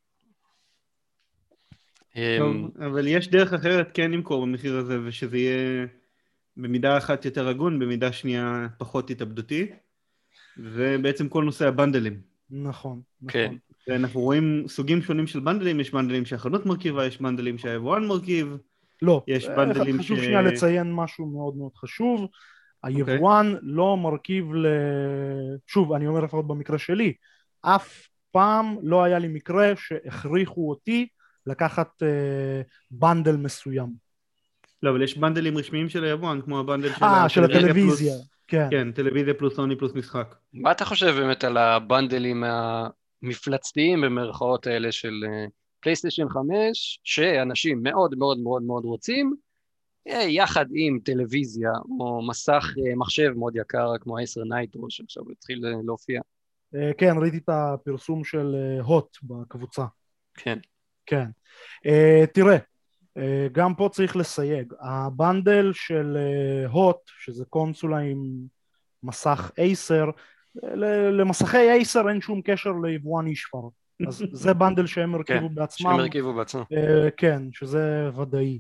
B: טוב, אבל יש דרך אחרת כן למכור במחיר הזה, ושזה יהיה במידה אחת יותר הגון, במידה שנייה פחות התאבדותי, ובעצם כל נושא הבנדלים.
C: נכון.
A: כן.
B: ואנחנו רואים סוגים שונים של בנדלים, יש בנדלים שהחנות מרכיבה, יש בנדלים שהיבואן מרכיב.
C: לא,
B: יש בנדלים
C: חשוב שנייה לציין משהו מאוד מאוד חשוב, היבואן לא מרכיב שוב, אני אומר לפחות במקרה שלי, אף פעם לא היה לי מקרה שהכריחו אותי לקחת בנדל מסוים.
B: לא, אבל יש בנדלים רשמיים של היבואן, כמו הבנדל
C: של הטלוויזיה.
B: כן, טלוויזיה פלוס סוני פלוס משחק.
A: מה אתה חושב באמת על הבנדלים המפלצתיים במרכאות האלה של פלייסטיישן 5, שאנשים מאוד מאוד מאוד מאוד רוצים, יחד עם טלוויזיה או מסך מחשב מאוד יקר כמו 10 נייטרו שעכשיו התחיל להופיע.
C: כן, ראיתי את הפרסום של הוט בקבוצה.
A: כן.
C: כן. תראה, גם פה צריך לסייג. הבנדל של הוט, שזה קונסולה עם מסך אייסר, למסכי אייסר אין שום קשר ליבואן אישפר. אז זה בנדל שהם הרכיבו בעצמם.
A: שהם הרכיבו בעצמם.
C: כן, שזה ודאי.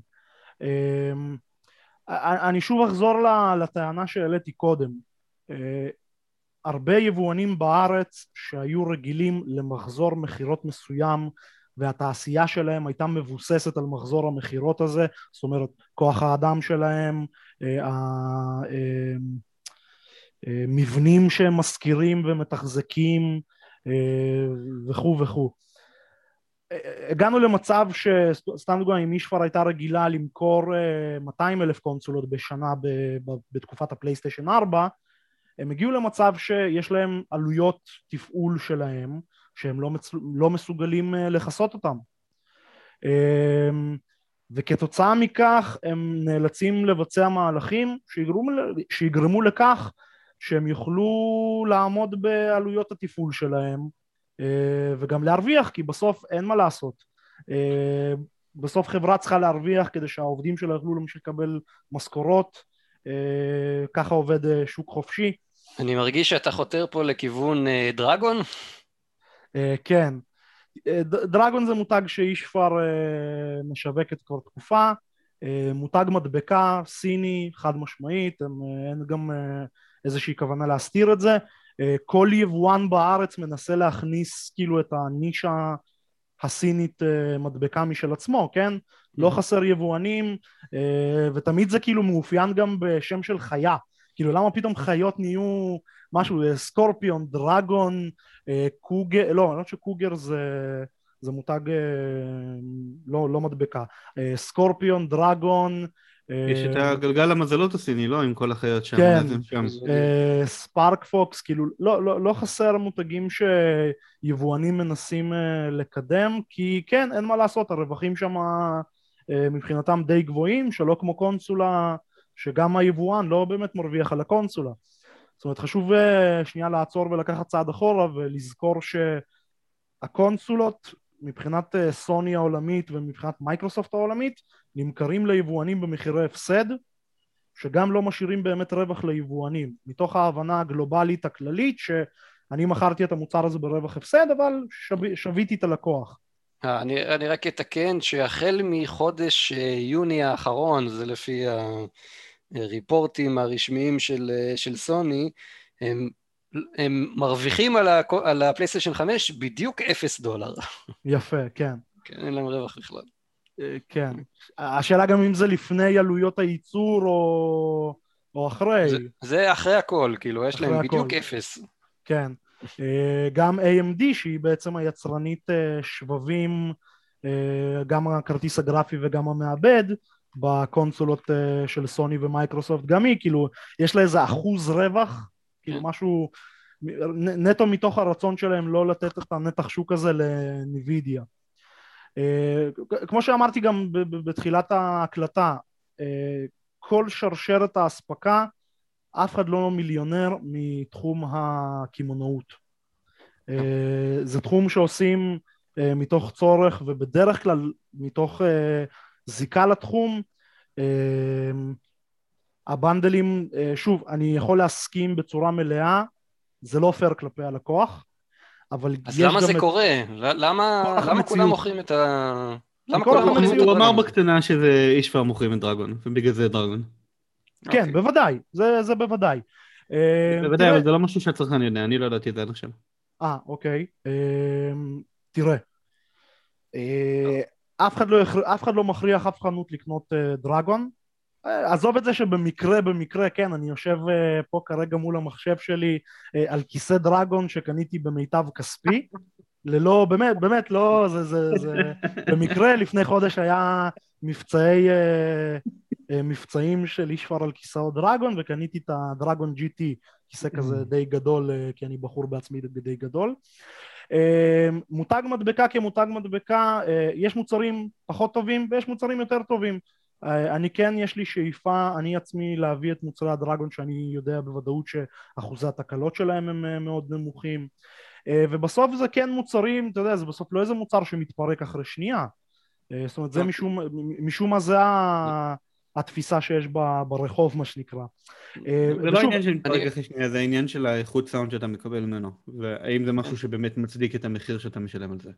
C: אני שוב אחזור לטענה שהעליתי קודם. הרבה יבואנים בארץ שהיו רגילים למחזור מחירות מסוים והתעשייה שלהם הייתה מבוססת על מחזור המחירות הזה, זאת אומרת כוח האדם שלהם, מבנים שהם מזכירים ומתחזקים וכו' וכו'. הגענו למצב שסתם דוגמה, אם אישפר הייתה רגילה למכור 200,000 קונסולות בשנה בתקופת הפלייסטיישן 4, הם הגיעו למצב שיש להם עלויות תפעול שלהם, שהם לא מסוגלים לחסות אותם. וכתוצאה מכך הם נאלצים לבצע מהלכים שיגרמו לכך שהם יוכלו לעמוד בעלויות התפעול שלהם, וגם להרוויח, כי בסוף אין מה לעשות. בסוף חברה צריכה להרוויח כדי שהעובדים שלה יוכלו להמשיך לקבל משכורות, ככה עובד שוק חופשי.
A: אני מרגיש שאתה חותר פה לכיוון דרגון?
C: כן. דרגון זה מותג שאישפר משווקת כבר תקופה, מותג מדבקה, סיני, חד משמעית, אין גם איזושהי כוונה להסתיר את זה. כל יבואן בארץ מנסה להכניס כאילו את הנישה הסינית מדבקה משל עצמו, כן? לא חסר יבואנים, ותמיד זה כאילו מאופיין גם בשם של חיה. כאילו למה פתאום חיות נהיו משהו, סקורפיון, דרגון, קוגר, לא, אני לא חושב שקוגר זה מותג לא מדבקה, סקורפיון, דרגון,
B: יש את הגלגל המזלות הסיני, לא? עם כל החיות שם.
C: כן, ספארק פוקס, כאילו לא חסר מותגים שיבואנים מנסים לקדם, כי כן, אין מה לעשות, הרווחים שם מבחינתם די גבוהים, שלא כמו קונסולה, שגם היבואן לא באמת מרוויח על הקונסולה. זאת אומרת, חשוב שנייה לעצור ולקחת צעד אחורה ולזכור שהקונסולות מבחינת סוני העולמית ומבחינת מייקרוסופט העולמית נמכרים ליבואנים במחירי הפסד, שגם לא משאירים באמת רווח ליבואנים, מתוך ההבנה הגלובלית הכללית שאני מכרתי את המוצר הזה ברווח הפסד, אבל שוויתי את הלקוח.
A: אני רק אתקן שהחל מחודש יוני האחרון, זה לפי הריפורטים הרשמיים של סוני, הם מרוויחים על הפלייסטיישן 5 בדיוק $0.
C: יפה, כן.
A: כן, אין להם רווח בכלל.
C: כן. השאלה גם אם זה לפני עלויות הייצור או אחרי.
A: זה אחרי הכל, כאילו, יש להם בדיוק 0.
C: כן. גם AMD שהיא בעצם היצרנית שבבים, גם הכרטיס הגרפי וגם המעבד, בקונסולות של סוני ומייקרוסופט, גם היא, כאילו, יש לה איזה אחוז רווח, כאילו משהו, נטו מתוך הרצון שלהם לא לתת את הנתח שוק הזה לניבידיה. כמו שאמרתי גם בתחילת ההקלטה, כל שרשרת ההספקה, אף אחד לא מיליונר מתחום הקימונאות. זה תחום שעושים מתוך צורך ובדרך כלל מתוך זיקה לתחום. הבנדלים, שוב, אני יכול להסכים בצורה מלאה, זה לא פייר כלפי הלקוח, אבל
A: אז למה זה קורה? למה כולם מוכרים את ה...
B: הוא אמר בקטנה שזה אישפר מוכרים את דרגון, ובגלל זה דרגון.
C: כן, בוודאי, זה בוודאי.
B: בוודאי, אבל זה לא משהו שהצרכן יודע, אני לא ידעתי את זה עד עכשיו.
C: אוקיי. תראה, אף אחד לא מכריח אף חנות לקנות דרגון. עזוב את זה שבמקרה, כן, אני יושב פה כרגע מול המחשב שלי על כיסא דרגון שקניתי במיטב כספי, ללא, באמת, לא, זה במקרה לפני חודש היה מבצעים של אישפר על כיסאות דרגון, וקניתי את הדרגון GT, כיסא כזה די גדול, כי אני בחור בעצמי די גדול. מותג מדבקה כמותג מדבקה, יש מוצרים פחות טובים ויש מוצרים יותר טובים. אני כן, יש לי שאיפה, אני עצמי להביא את מוצרי הדרגון שאני יודע בוודאות שאחוזי התקלות שלהם הם מאוד נמוכים, ובסוף זה כן מוצרים, אתה יודע, זה בסוף לא איזה מוצר שמתפרק אחרי שנייה, זאת אומרת זה משום מה זה התפיסה שיש ברחוב מה שנקרא.
B: זה לא עניין של מתפרק אחרי שנייה, זה העניין של האיכות סאונד שאתה מקבל ממנו, והאם זה משהו שבאמת מצדיק את המחיר שאתה משלם על זה.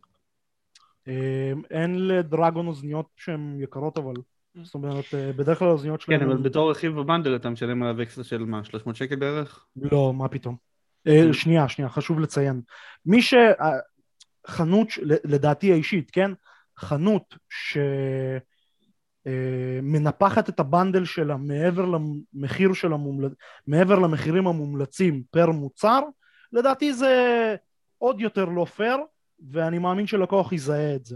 C: אין לדרגון אוזניות שהן יקרות, אבל זאת אומרת בדרך כלל האוזניות שלהם...
B: כן, אבל בתור רכיב בבנדל אתה משלם עליו אקסטרה של מה, 300 שקל בערך?
C: לא, מה פתאום. שנייה, חשוב לציין. מי שחנות, לדעתי האישית, כן? חנות שמנפחת את הבנדל שלה מעבר למחירים המומלצים פר מוצר, לדעתי זה עוד יותר לא פייר, ואני מאמין שלקוח יזהה את זה.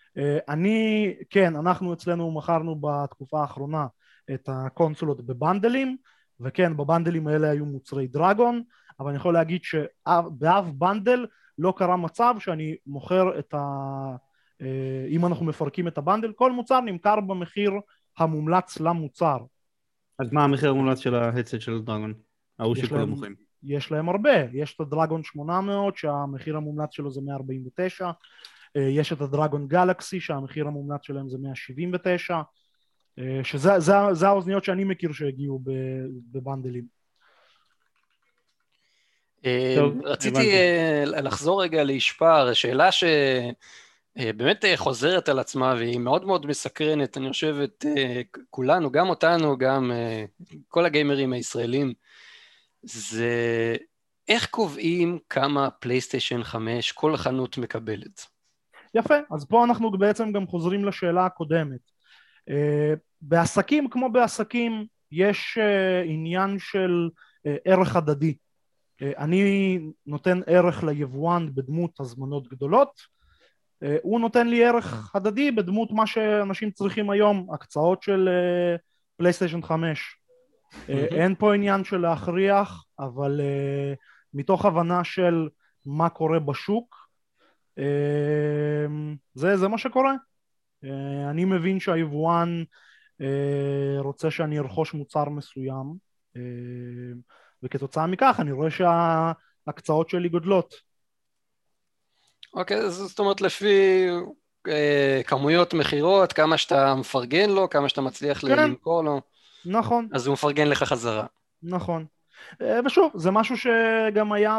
C: אנחנו אצלנו מכרנו בתקופה האחרונה את הקונסולות בבנדלים, וכן, בבנדלים האלה היו מוצרי דרגון, אבל אני יכול להגיד שבאף בנדל לא קרה מצב שאני מוכר אם אנחנו מפרקים את הבנדל, כל מוצר נמכר במחיר המומלץ למוצר.
B: אז מה המחיר המומלץ של ההדסט של דרגון? ההוא שכולם מוכרים.
C: יש להם הרבה, יש את הדרגון 800 שהמחיר המומלץ שלו זה 149, יש את הדרגון גלקסי שהמחיר המומלץ שלהם זה 179, שזה האוזניות שאני מכיר שהגיעו בבנדלים.
A: רציתי לחזור רגע לישפר, שאלה שבאמת חוזרת על עצמה והיא מאוד מאוד מסקרנת, אני חושב את כולנו, גם אותנו, גם כל הגיימרים הישראלים, זה איך קובעים כמה פלייסטיישן 5 כל חנות מקבלת?
C: יפה, אז פה אנחנו בעצם גם חוזרים לשאלה הקודמת. בעסקים כמו בעסקים יש עניין של ערך הדדי. אני נותן ערך ליבואן בדמות הזמנות גדולות, הוא נותן לי ערך הדדי בדמות מה שאנשים צריכים היום, הקצאות של פלייסטיישן 5. אין פה עניין של להכריח, אבל מתוך הבנה של מה קורה בשוק, זה מה שקורה. אני מבין שהיבואן רוצה שאני ארכוש מוצר מסוים, וכתוצאה מכך אני רואה שההקצאות שלי גודלות.
A: אוקיי, זאת אומרת לפי כמויות מחירות, כמה שאתה מפרגן לו, כמה שאתה מצליח למכור לו.
C: נכון.
A: אז הוא מפרגן לך חזרה.
C: נכון. ושוב, זה משהו שגם היה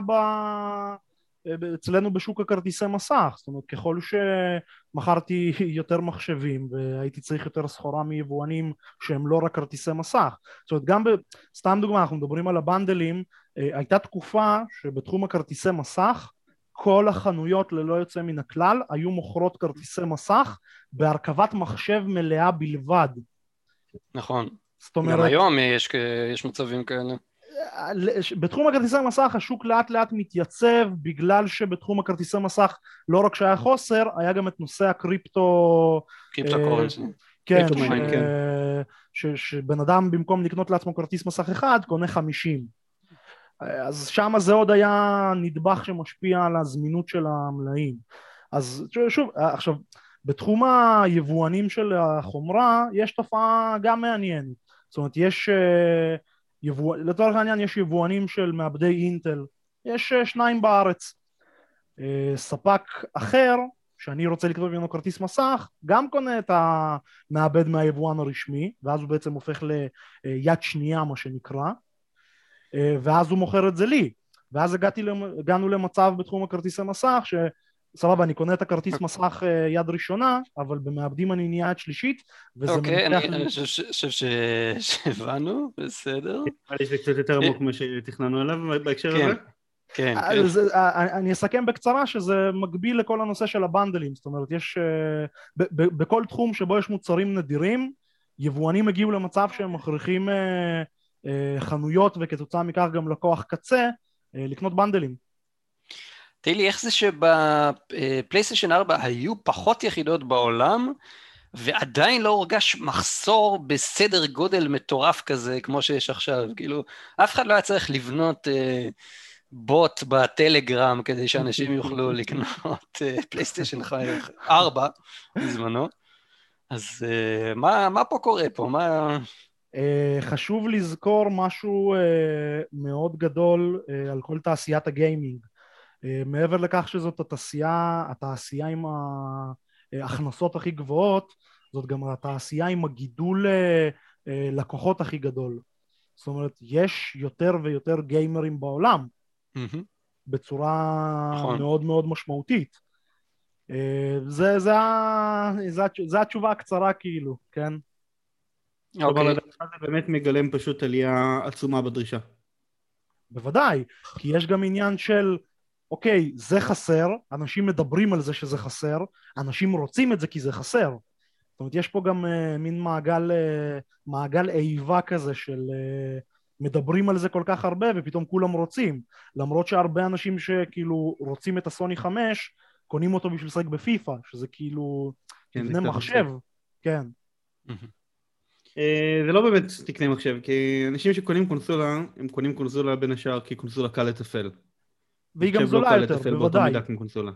C: אצלנו בשוק הכרטיסי מסך, זאת אומרת ככל שמכרתי יותר מחשבים והייתי צריך יותר סחורה מיבואנים שהם לא רק כרטיסי מסך, זאת אומרת גם סתם דוגמה, אנחנו מדברים על הבנדלים, הייתה תקופה שבתחום הכרטיסי מסך כל החנויות ללא יוצא מן הכלל היו מוכרות כרטיסי מסך בהרכבת מחשב מלאה בלבד.
A: נכון.
C: זאת אומרת,
A: גם היום יש מצבים כאלה.
C: בתחום הכרטיסי מסך השוק לאט לאט מתייצב בגלל שבתחום הכרטיסי מסך לא רק שהיה חוסר, היה גם את נושא הקריפטו
A: קורנסי.
C: כן, שבן אדם במקום לקנות לעצמו כרטיס מסך אחד קונה 50. אז שם זה עוד היה נדבך שמשפיע על הזמינות של המלאים. אז שוב, עכשיו בתחום היבואנים של החומרה יש תופעה גם מעניינת. זאת אומרת יש לצורך העניין יש יבואנים של מעבדי אינטל, יש 2 בארץ. ספק אחר שאני רוצה לקנות ממנו כרטיס מסך גם קונה את המעבד מהיבואן הרשמי, ואז הוא בעצם הופך ליד שנייה מה שנקרא, ואז הוא מוכר את זה לי, ואז הגענו למצב בתחום הכרטיסי מסך סבבה, אני קונה את הכרטיס מסך יד ראשונה, אבל במעבדים אני נהיה יד שלישית, וזה
A: אוקיי, אני חושב שהבנו, בסדר.
B: יש לי קצת יותר עמוק מה שתכננו עליו בהקשר הזה?
A: כן.
C: אני אסכם בקצרה שזה מקביל לכל הנושא של הבנדלים, זאת אומרת, יש, בכל תחום שבו יש מוצרים נדירים, יבואנים הגיעו למצב שהם מכריחים חנויות, וכתוצאה מכך גם לקוח קצה, לקנות בנדלים.
A: תהי לי, איך זה שבפלייסטיישן 4 היו פחות יחידות בעולם, ועדיין לא הורגש מחסור בסדר גודל מטורף כזה, כמו שיש עכשיו, כאילו, אף אחד לא היה צריך לבנות בוט בטלגרם, כדי שאנשים יוכלו לקנות פלייסטיישן 4 בזמנו, אז מה פה קורה פה?
C: חשוב לזכור משהו מאוד גדול על כל תעשיית הגיימינג. מעבר לכך שזאת התעשייה עם ההכנסות הכי גבוהות, זאת גם התעשייה עם הגידול לקוחות הכי גדול. זאת אומרת, יש יותר ויותר גיימרים בעולם, בצורה
A: נכון.
C: מאוד מאוד משמעותית. זה התשובה הקצרה כאילו, כן?
B: כלומר,
A: אוקיי.
B: לדעתך זה באמת מגלם פשוט עלייה עצומה בדרישה.
C: בוודאי, כי יש גם עניין של, אוקיי, זה חסר, אנשים מדברים על זה שזה חסר, אנשים רוצים את זה כי זה חסר. זאת אומרת, יש פה גם מין מעגל איבה כזה של מדברים על זה כל כך הרבה ופתאום כולם רוצים. למרות שהרבה אנשים שכאילו רוצים את הסוני 5, קונים אותו בשביל לשחק בפיפא, שזה כאילו
B: כן,
C: תקנה
B: זה קצת
C: מחשב.
B: מצחיק.
C: כן.
B: זה לא באמת תקנה מחשב, כי אנשים שקונים קונסולה, הם קונים קונסולה בין השאר כי קונסולה קל לתפעל.
C: והיא גם
B: מחשב לא
C: זולה
B: קל
C: יותר,
B: לתפעל באותה
C: בוודאי.
B: מידה כמו קונסולה.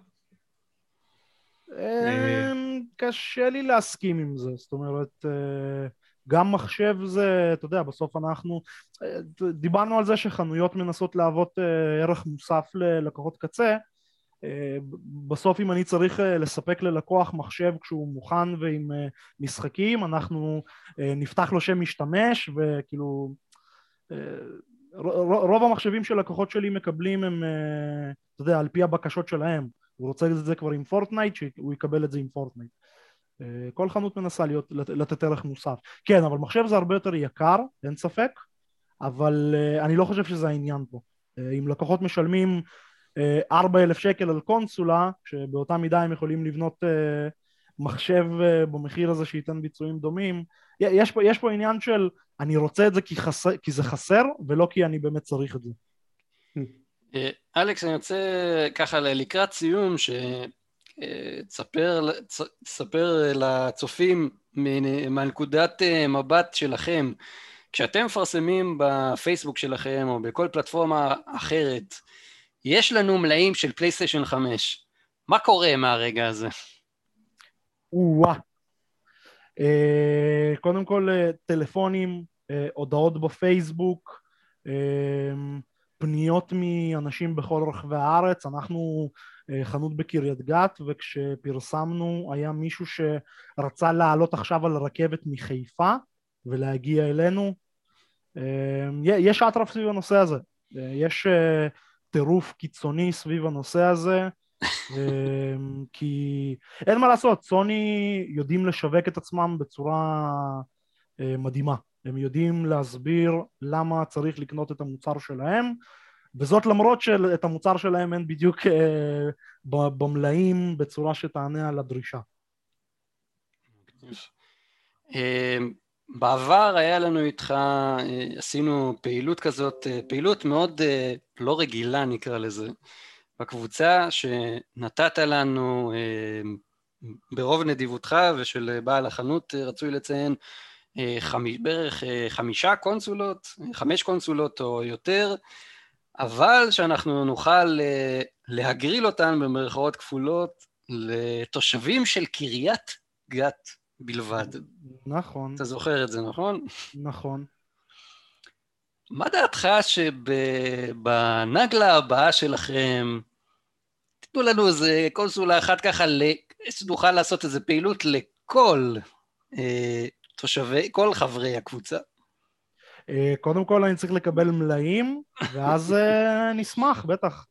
C: קשה לי להסכים עם זה, זאת אומרת, גם מחשב זה, אתה יודע, בסוף אנחנו, דיברנו על זה שחנויות מנסות להוות ערך מוסף ללקוחות קצה, בסוף אם אני צריך לספק ללקוח מחשב כשהוא מוכן ועם משחקים, אנחנו נפתח לו שם משתמש, וכאילו, רוב המחשבים של לקוחות שלי מקבלים הם, אתה יודע, על פי הבקשות שלהם, הוא רוצה את זה כבר עם פורטנייט, שהוא יקבל את זה עם פורטנייט. כל חנות מנסה לתת ערך מוסף. כן, אבל מחשב זה הרבה יותר יקר, אין ספק, אבל אני לא חושב שזה העניין פה. אם לקוחות משלמים 4,000 שקל על קונסולה, שבאותה מידה הם יכולים לבנות מחשב במחיר הזה שייתן ביצועים דומים, יש פה עניין של אני רוצה את זה כי זה חסר, ולא כי אני באמת צריך את זה.
A: אלכס, אני רוצה ככה לקראת סיום, תספר לצופים מהנקודת מבט שלכם, כשאתם מפרסמים בפייסבוק שלכם או בכל פלטפורמה אחרת, יש לנו מלאים של פלייסטיישן 5, מה קורה מהרגע הזה?
C: קודם כל טלפונים, הודעות בפייסבוק, פניות מאנשים בכל רחבי הארץ. אנחנו חנות בקריית גת, וכשפרסמנו היה מישהו שרצה לעלות עכשיו על רכבת מחיפה ולהגיע אלינו. יש אטרף סביב הנושא הזה, יש טירוף קיצוני סביב הנושא הזה, כי אין מה לעשות, סוני יודעים לשווק את עצמם בצורה מדהימה. הם יודעים להסביר למה צריך לקנות את המוצר שלהם, וזאת למרות שאת המוצר שלהם אין בדיוק במלאים בצורה שתענה על הדרישה.
A: בעבר היה לנו איתך, עשינו פעילות כזאת, פעילות מאוד לא רגילה נקרא לזה, בקבוצה שנתת לנו ברוב נדיבותך ושל בעל החנות רצוי לציין, בערך 5 קונסולות, 5 קונסולות או יותר, אבל שאנחנו נוכל להגריל אותן במרכאות כפולות לתושבים של קריית גת בלבד.
C: נכון.
A: אתה זוכר את זה, נכון?
C: נכון.
A: מה דעתך שבנגלה הבאה שלכם תיתנו לנו איזה קונסולה אחת ככה, שנוכל לעשות איזה פעילות לכל תושבי, כל חברי הקבוצה?
C: קודם כל אני צריך לקבל מלאים, ואז נשמח, בטח.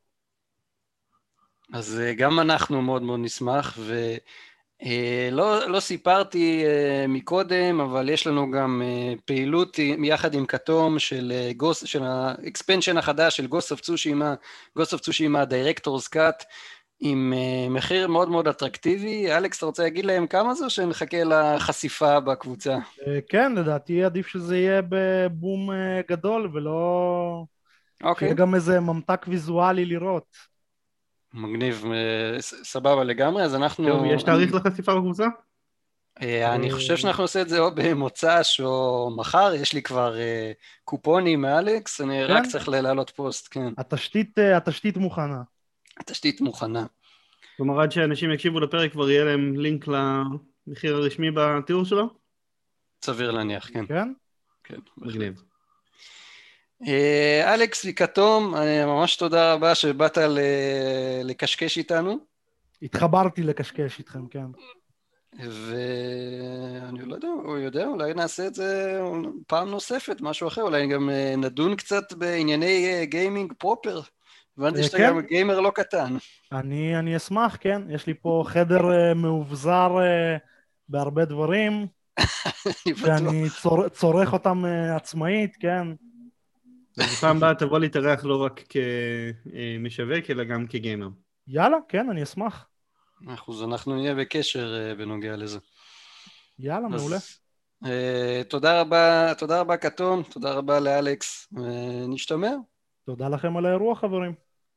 A: אז גם אנחנו מאוד מאוד נשמח, ולא סיפרתי מקודם, אבל יש לנו גם פעילות יחד עם כתום של האקספנשן החדש של Ghost of Tsushima Director's Cut, עם מחיר מאוד מאוד אטרקטיבי. אלכס, אתה רוצה להגיד להם כמה זו, שנחכה לחשיפה בקבוצה?
C: כן, לדעתי עדיף שזה יהיה בבום גדול, ולא... שיהיה גם איזה ממתק ויזואלי לראות.
A: מגניב, סבבה לגמרי, אז אנחנו...
B: טוב, יש תאריך לחשיפה בקבוצה?
A: אני חושב שאנחנו עושה את זה או במוצ"ש או מחר, יש לי כבר קופונים מאלכס, אני רק צריך להעלות פוסט, כן.
C: התשתית מוכנה.
A: התשתית מוכנה.
B: כלומר, עד שאנשים יקשיבו לפרק כבר יהיה להם לינק מחיר הרשמי בתיאור שלו?
A: סביר להניח, כן.
C: כן?
A: כן,
B: מגניב.
A: אלכס וכתום, ממש תודה רבה שבאת לקשקש איתנו.
C: התחברתי לקשקש איתכם, כן.
A: ואני לא יודע, אולי נעשה את זה פעם נוספת, משהו אחר, אולי גם נדון קצת בענייני גיימינג פרופר. הבנתי שאתה
C: כן?
A: גם גיימר לא קטן.
C: אני אשמח, כן. יש לי פה חדר מאובזר בהרבה דברים,
A: אני בטוח.
C: שאני צורך אותם עצמאית, כן.
B: אז פעם הבאה תבוא להתארח לא רק כמשווק, אלא גם כגיימר.
C: יאללה, כן, אני אשמח.
A: אנחנו נהיה בקשר בנוגע לזה.
C: יאללה, מעולה.
A: תודה רבה כתום, תודה רבה לאלכס, נשתמע.
C: תודה לכם על האירוע, חברים.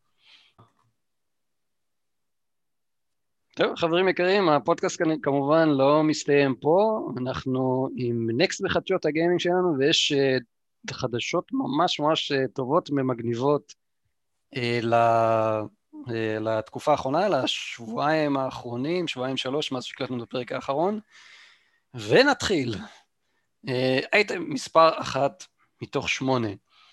A: טוב, חברים יקרים, הפודקאסט כאן כמובן לא מסתיים פה, אנחנו עם נקסט בחדשות הגיימינג שלנו, ויש חדשות ממש ממש טובות ומגניבות לתקופה האחרונה, לשבועיים האחרונים, שבועיים שלוש, מאז שקלטנו בפרק האחרון, ונתחיל. אייטם מספר 1 מתוך 8.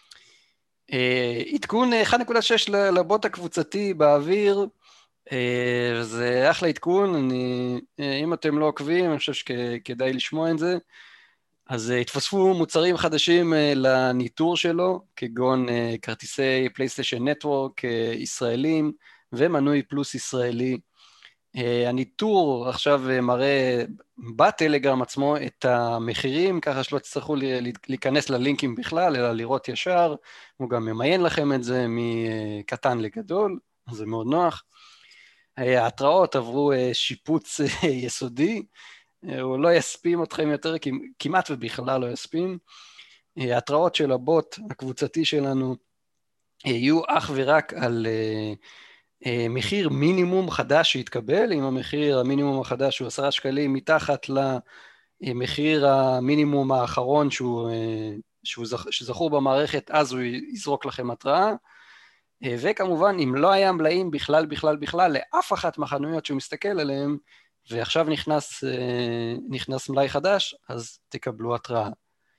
A: עדכון 1.6 לבוט הקבוצתי באוויר, זה אחלה עדכון, אם אתם לא עוקבים, אני חושב שכדאי לשמוע את זה. אז התווספו מוצרים חדשים לניטור שלו, כגון כרטיסי פלייסטיישן נטוורק ישראלים, ומנוי פלוס ישראלי. הניטור עכשיו מראה בטלגרם עצמו את המחירים, ככה שלא תצטרכו להיכנס ללינקים בכלל, אלא לראות ישר, הוא גם ממיין לכם את זה מקטן לגדול, זה מאוד נוח. ההתראות עברו שיפוץ יסודי, הוא לא יספים אתכם יותר, כמעט ובכלל לא יספים. ההתראות של הבוט הקבוצתי שלנו יהיו אך ורק על מחיר מינימום חדש שהתקבל, אם המחיר המינימום החדש הוא 10 שקלים מתחת למחיר המינימום האחרון שזכור במערכת, אז הוא יזרוק לכם התראה. וכמובן, אם לא היה מלאים בכלל לאף אחת מהחנויות שהוא מסתכל עליהם, ועכשיו נכנס מלאי חדש, אז תקבלו התראה.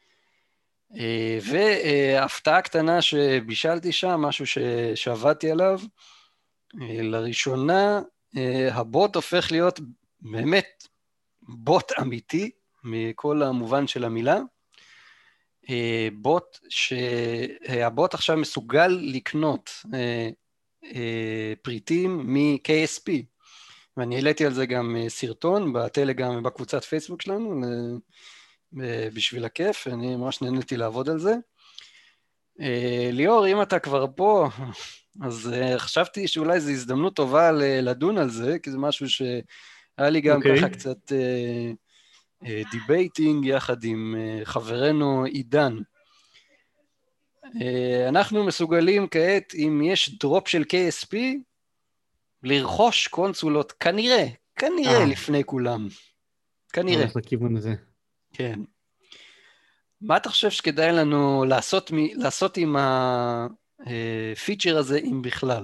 A: והפתעה קטנה שבישלתי שם, משהו שעבדתי עליו, לראשונה הבוט הופך להיות באמת בוט אמיתי, מכל המובן של המילה, הבוט עכשיו מסוגל לקנות פריטים מ-KSP, ואני העליתי על זה גם סרטון בטלגרם ובקבוצת פייסבוק שלנו, בשביל הכיף, אני ממש נהניתי לעבוד על זה. ליאור, אם אתה כבר פה, אז חשבתי שאולי זו הזדמנות טובה לדון על זה, כי זה משהו שהיה לי גם ככה קצת דיבייטינג יחד עם חברנו עידן. אנחנו מסוגלים כעת, אם יש דרופ של KSP, לרכוש קונסולות, כנראה לפני כולם. כנראה.
B: הולך לכיוון הזה.
A: כן. מה אתה חושב שכדאי לנו לעשות עם הפיצ'ר הזה, אם בכלל?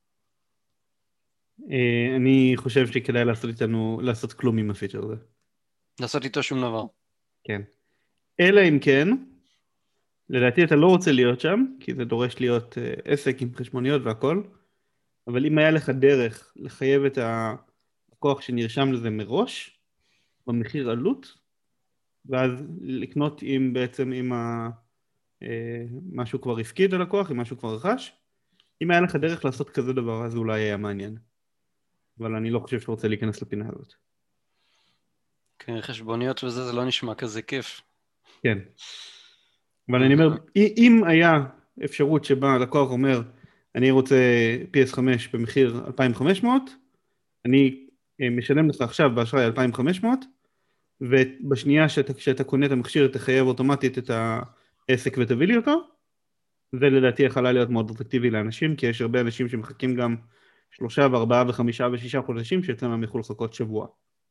B: אני חושב שכדאי לעשות כלום עם הפיצ'ר הזה.
A: לעשות איתו שום דבר.
B: כן. אלא אם כן, לדעתי אתה לא רוצה להיות שם, כי זה דורש להיות עסק עם חשבוניות והכל, אבל אם היה לך דרך לחייב את הכוח שנרשם לזה מראש, במחיר עלות, ואז לקנות עם משהו כבר הפקיד הלקוח, עם משהו כבר רכש, אם היה לך דרך לעשות כזה דבר, אז אולי היה מעניין. אבל אני לא חושב שאתה רוצה להיכנס לפינה הזאת.
A: כן, חשבוניות וזה, זה לא נשמע כזה כיף.
B: כן. אבל אני אומר, אם היה אפשרות שבה הלקוח אומר, אני רוצה PS5 במחיר 2,500, אני משלם לך עכשיו באשראי 2,500, ובשנייה שאתה קונה את המכשיר, תחייב אוטומטית את העסק ותביא לי אותו, זה לדעתי יכולה להיות מאוד אטרקטיבי לאנשים, כי יש הרבה אנשים שמחכים גם 3 ו4 ו5 ו6 חודשים, שאצלם הם יכולו לחכות שבוע.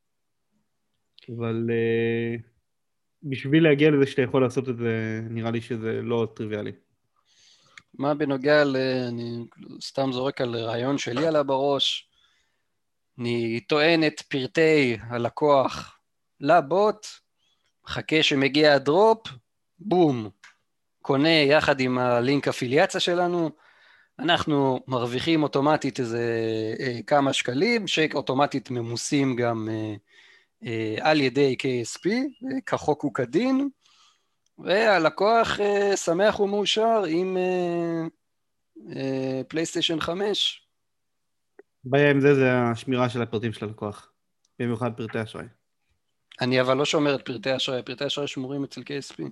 B: אבל בשביל להגיע לזה שאתה יכול לעשות את זה, נראה לי שזה לא טריוויאלי.
A: מה בנוגע אני סתם זורק על רעיון שלי עלה בראש, אני טוען את פרטי הלקוח לבוט, חכה שמגיע הדרופ, בום, קונה יחד עם הלינק אפיליאציה שלנו, אנחנו מרוויחים אוטומטית איזה כמה שקלים, שאוטומטית ממוסים גם על ידי KSP, כחוק וכדין, והלקוח שמח ומאושר עם פלייסטיישן 5.
B: הבעיה עם זה השמירה של הפרטים של הלקוח, במיוחד פרטי אשראי.
A: אני אבל לא שומר את פרטי אשראי, פרטי אשראי שמורים אצל KSP.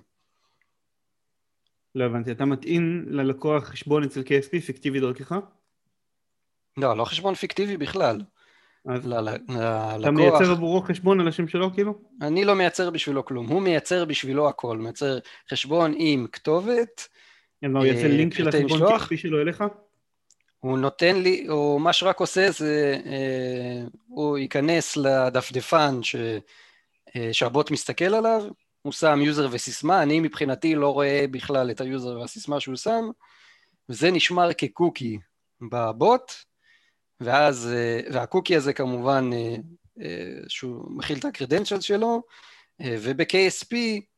B: לא הבנתי, אתה מטעין ללקוח חשבון אצל KSP פיקטיבי דרכך?
A: לא, לא חשבון פיקטיבי בכלל.
B: אז אתה
A: ללקוח,
B: מייצר עבורו חשבון על השם שלו כאילו?
A: אני לא מייצר בשבילו כלום, הוא מייצר בשבילו הכל, מייצר חשבון עם כתובת,
B: הוא יעשה לינק של
A: פרטי
B: החשבון
A: משלוח.
B: KSP שלו אליך?
A: הוא נותן לי, או מה שרק עושה זה, הוא ייכנס לדפדפן שהבוט מסתכל עליו, הוא שם יוזר וסיסמה, אני מבחינתי לא רואה בכלל את היוזר והסיסמה שהוא שם, וזה נשמר כקוקי בבוט, ואז, והקוקי הזה כמובן, שהוא מכיל את הקרדנצ'ל שלו, וב-KSP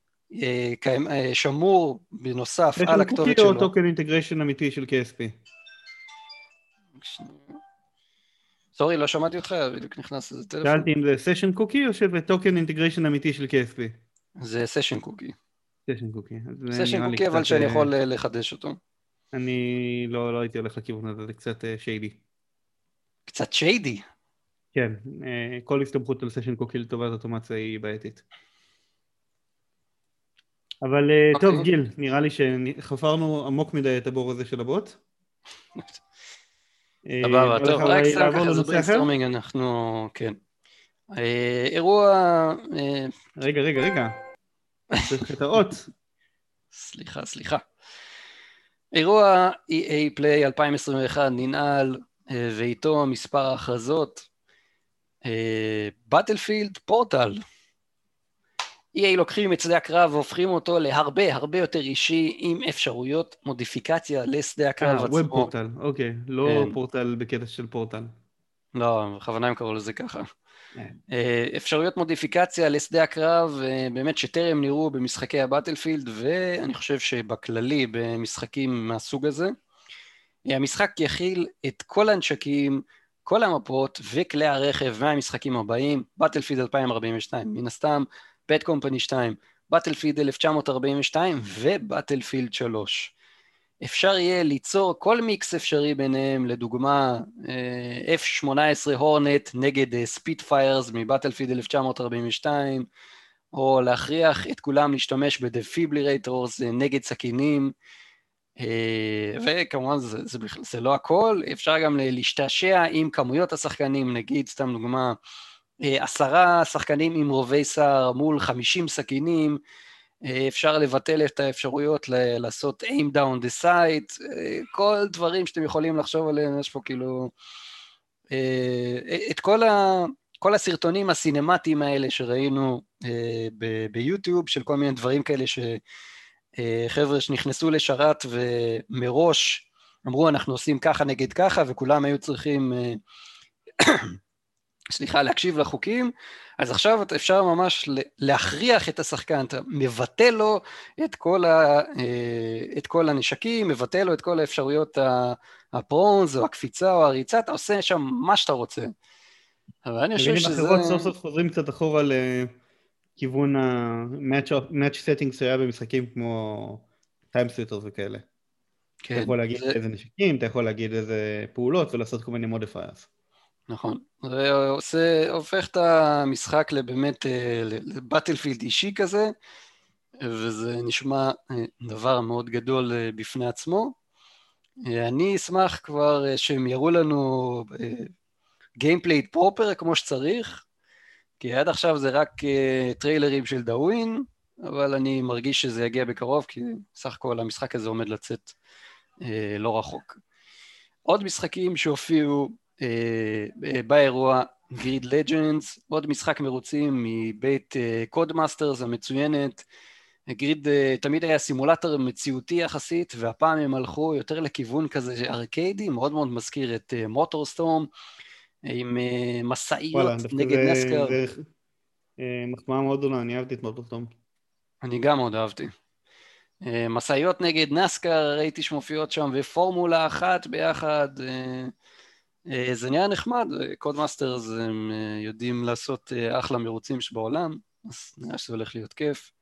A: שמור בנוסף על הכתובת שלו.
B: או טוקן אינטגריישן אמיתי של KSP?
A: סורי, לא שמעתי אותך, בדיוק נכנס איזה טלפון.
B: שאלתי אם זה סשן קוקי או שזה טוקן אינטגריישן אמיתי של KSP?
A: זה סשן קוקי.
B: סשן קוקי.
A: סשן קוקי, אבל שאני יכול לחדש אותו.
B: אני לא הייתי הולך לכיוון הזה, זה קצת שיידי.
A: קצת שיידי?
B: כן, כל הסתמכות על סשן קוקי לטובת אוטומציה היא בעייתית. אבל טוב גיל, נראה לי שחפרנו עמוק מדי את הבור הזה של הבוט.
A: סבבה, טוב, רק סתם ככה זה בריינסטורמינג, אנחנו, כן. אירוע...
B: רגע. צריך את האות.
A: סליחה. אירוע EA Play 2021 ננעל, ואיתו מספר ההכרזות. Battlefield פורטל. EA לוקחים את שדה הקרב והופכים אותו להרבה יותר אישי עם אפשרויות מודיפיקציה לשדה הקרב עצמו.
B: ווב פורטל, אוקיי, לא פורטל בקטע של פורטל.
A: לא, בכוונה הם קראו לזה ככה. אפשרויות מודיפיקציה לשדה הקרב באמת שטרם נראו במשחקי הבטלפילד, ואני חושב שבכללי במשחקים מהסוג הזה. המשחק יכיל את כל הנשקים, כל המפות וכלי הרכב מהמשחקים הבאים, בטלפילד 2042, מן הסתם, Bad Company 2, בטלפילד 1942 ובטלפילד 3. אפשר יהיה ליצור כל מיקס אפשרי ביניהם, לדוגמה F-18 הורנט נגד ספיטפיירס מבטלפילד 1942, או להכריח את כולם להשתמש בדפיבלירטורס נגד סכינים, וכמובן זה לא הכל, אפשר גם להשתעשע עם כמויות השחקנים, נגיד סתם דוגמה, 10 שחקנים עם רובי סער מול 50 סכינים, אפשר לבטל את האפשרויות לעשות aim down the sight, כל דברים שאתם יכולים לחשוב עליהם, יש פה כאילו, את כל הסרטונים הסינמטיים האלה שראינו ביוטיוב, של כל מיני דברים כאלה שחבר'ה שנכנסו לשרת ומראש אמרו אנחנו עושים ככה נגד ככה, וכולם היו צריכים להקשיב לחוקים, אז עכשיו אפשר ממש להכריח את השחקן, אתה מבטל לו את כל הנשקים, מבטל לו את כל האפשרויות הפרונז, או הקפיצה, או הריצה, אתה עושה שם מה שאתה רוצה. אבל אני חושב שזה...
B: אחרות סוף סוף חוזרים קצת אחורה לכיוון ה-match settings שהיה במשחקים כמו טיימסליטרס וכאלה. אתה יכול להגיד איזה נשקים, אתה יכול להגיד איזה פעולות, ולעשות כל מיני modifiers.
A: נכון, זה הופך את המשחק לבאמת לבטלפילד אישי כזה, וזה נשמע דבר מאוד גדול בפני עצמו. אני אשמח כבר שהם יראו לנו גיימפליי פרופר כמו שצריך, כי עד עכשיו זה רק טריילרים של דאווין, אבל אני מרגיש שזה יגיע בקרוב, כי סך הכל המשחק הזה עומד לצאת לא רחוק. עוד משחקים שהופיעו באירוע גריד לג'נדס, עוד משחק מרוצים מבית קודמאסטרס המצוינת. גריד תמיד היה סימולטור מציאותי יחסית, והפעם הם הלכו יותר לכיוון כזה ארקיידי, מאוד מאוד מזכיר את מוטורסטורם, עם מסעיות נגד נסקר.
B: מחמאה מאוד גדולה, אני אהבתי את מוטורסטורם.
A: אני גם מאוד אהבתי. מסעיות נגד נסקר, ראיתי שמופיעות שם, ופורמולה אחת ביחד, זה נהיה נחמד, קודמאסטרס הם יודעים לעשות אחלה מרוצים שבעולם, אז נראה שזה הולך להיות כיף.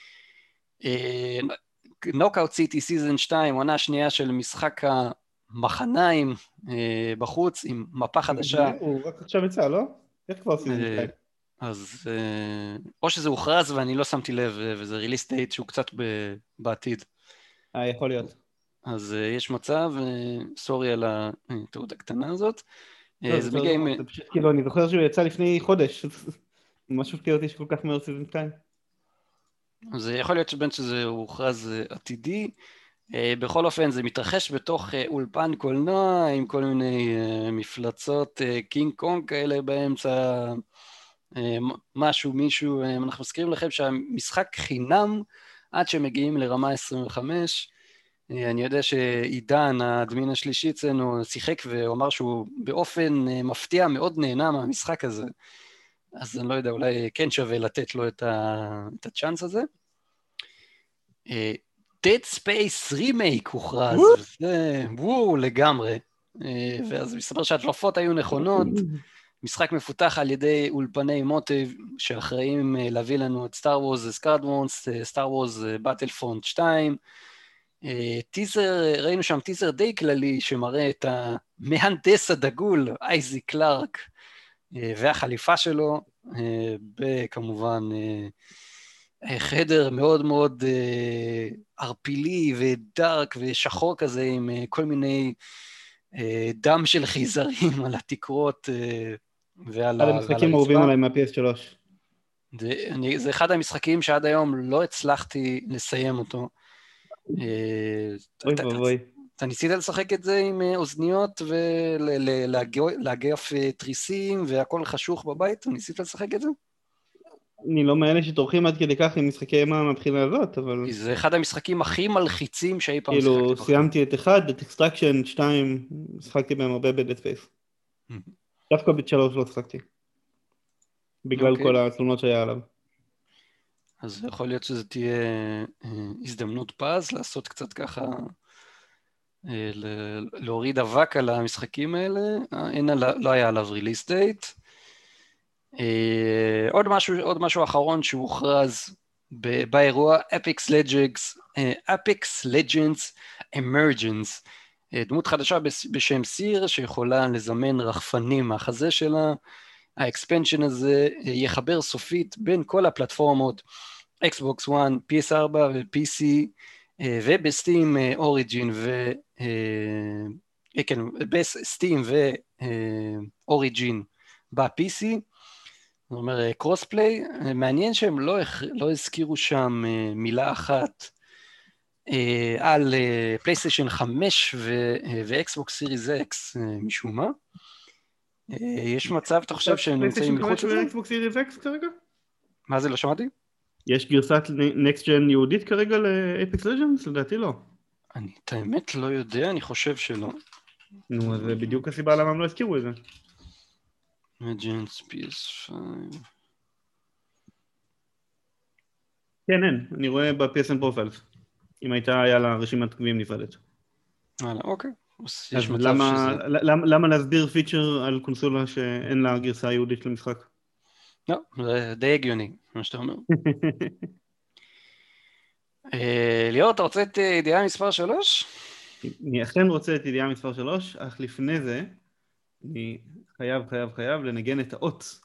A: נוקאוט סיטי סיזן 2, עונה שנייה של משחק המחניים בחוץ, עם מפה חדשה.
B: הוא רק עכשיו יצא, לא? איך כבר סיזן 2?
A: אז או שזה הוכרז ואני לא שמתי לב, וזה ריליס דייט שהוא קצת בעתיד.
B: יכול להיות.
A: אז יש מצב, סורי על הטעות הקטנה הזאת.
B: זה פשוט כאילו, אני זוכר שהוא יצא לפני חודש, ממש מפתיע אותי שכל כך מהר סיזן 2.
A: אז יכול להיות שבין שזה הוכרז עתידי. בכל אופן זה מתרחש בתוך אולפן קולנוע עם כל מיני מפלצות קינג קונג כאלה באמצע, משהו, מישהו. אנחנו מזכירים לכם שהמשחק חינם עד שמגיעים לרמה 25. אני יודע שעידן, האדמין השלישי אצלנו, שיחק והוא אמר שהוא באופן מפתיע מאוד נהנה מהמשחק הזה. אז אני לא יודע, אולי כן שווה לתת לו את הצ'אנס הזה. Dead Space Remake הוכרז, וזה וואו לגמרי. ואז מסתבר שהדלפות היו נכונות. משחק מפותח על ידי אולפני מוטיב שאחראים להביא לנו את סטאר וורז סקוואדרונס, סטאר וורז באטלפרונט 2. טיזר, ראינו שם טיזר די כללי שמראה את המהנדס הדגול, אייזי קלארק, והחליפה שלו, בכמובן חדר מאוד מאוד ערפילי ודארק ושחור כזה, עם כל מיני דם של חיזרים על התקרות ועל הרצפה.
B: המשחקים אהובים עליי מה-PS3.
A: זה אחד המשחקים שעד היום לא הצלחתי לסיים אותו. אתה ניסית לשחק את זה עם אוזניות ולהגף תריסים והכל חשוך בבית? ניסית לשחק את זה?
B: אני לא מאלה שטורחים עד כדי כך עם משחקי אימה מהבחינה הזאת, אבל...
A: זה אחד המשחקים הכי מלחיצים שאי פעם שחקתי.
B: כאילו, סיימתי את אחד, את אקסטרקשן, 2, שחקתי בהם הרבה בדד ספייס. דווקא ב3 לא שחקתי. בגלל כל התלונות שהיה עליו.
A: אז יכול להיות שזה תהיה הזדמנות פז, לעשות קצת ככה, להוריד אבק על המשחקים האלה. לא היה עליו ריליס דייט. עוד משהו אחרון שהוכרז באירוע, Apex Legends Emergence, דמות חדשה בשם סיר שיכולה לזמן רחפנים מהחזה שלה. האקספנשן הזה יחבר סופית בין כל הפלטפורמות, Xbox One, PS4 ו-PC, ובסטים אוריג'ין בסטים ואוריג'ין ב-PC, זאת אומרת קרוספליי. מעניין שהם לא הזכירו שם מילה אחת על פלייסטיישן 5 ו-Xbox Series X משום מה. יש מצב, אתה חושב שהם נמצאים מחוץ לזה?
B: פלייסטיישן 5 ו-Xbox Series X כרגע?
A: מה זה, לא שמעתי?
B: יש גרסת Next Gen יהודית כרגע ל-Apex Legends? לדעתי לא.
A: אני את האמת לא יודע, אני חושב שלא.
B: נו, אז זה בדיוק הסיבה למה הם לא הזכירו את זה.
A: Legends PS5.
B: כן, אין. אני רואה ב-PSN Profiles. אם היה לה רשימת קביעים נפרדת.
A: אוקיי.
B: אז למה להסביר פיצ'ר על קונסולה שאין לה גרסה יהודית למשחק?
A: לא, זה די הגיוני, מה שאתה אומר. ליאור, אתה רוצה את ידיעה מספר 3?
B: אני אכן רוצה את ידיעה מספר 3, אך לפני זה אני חייב לנגן את האות.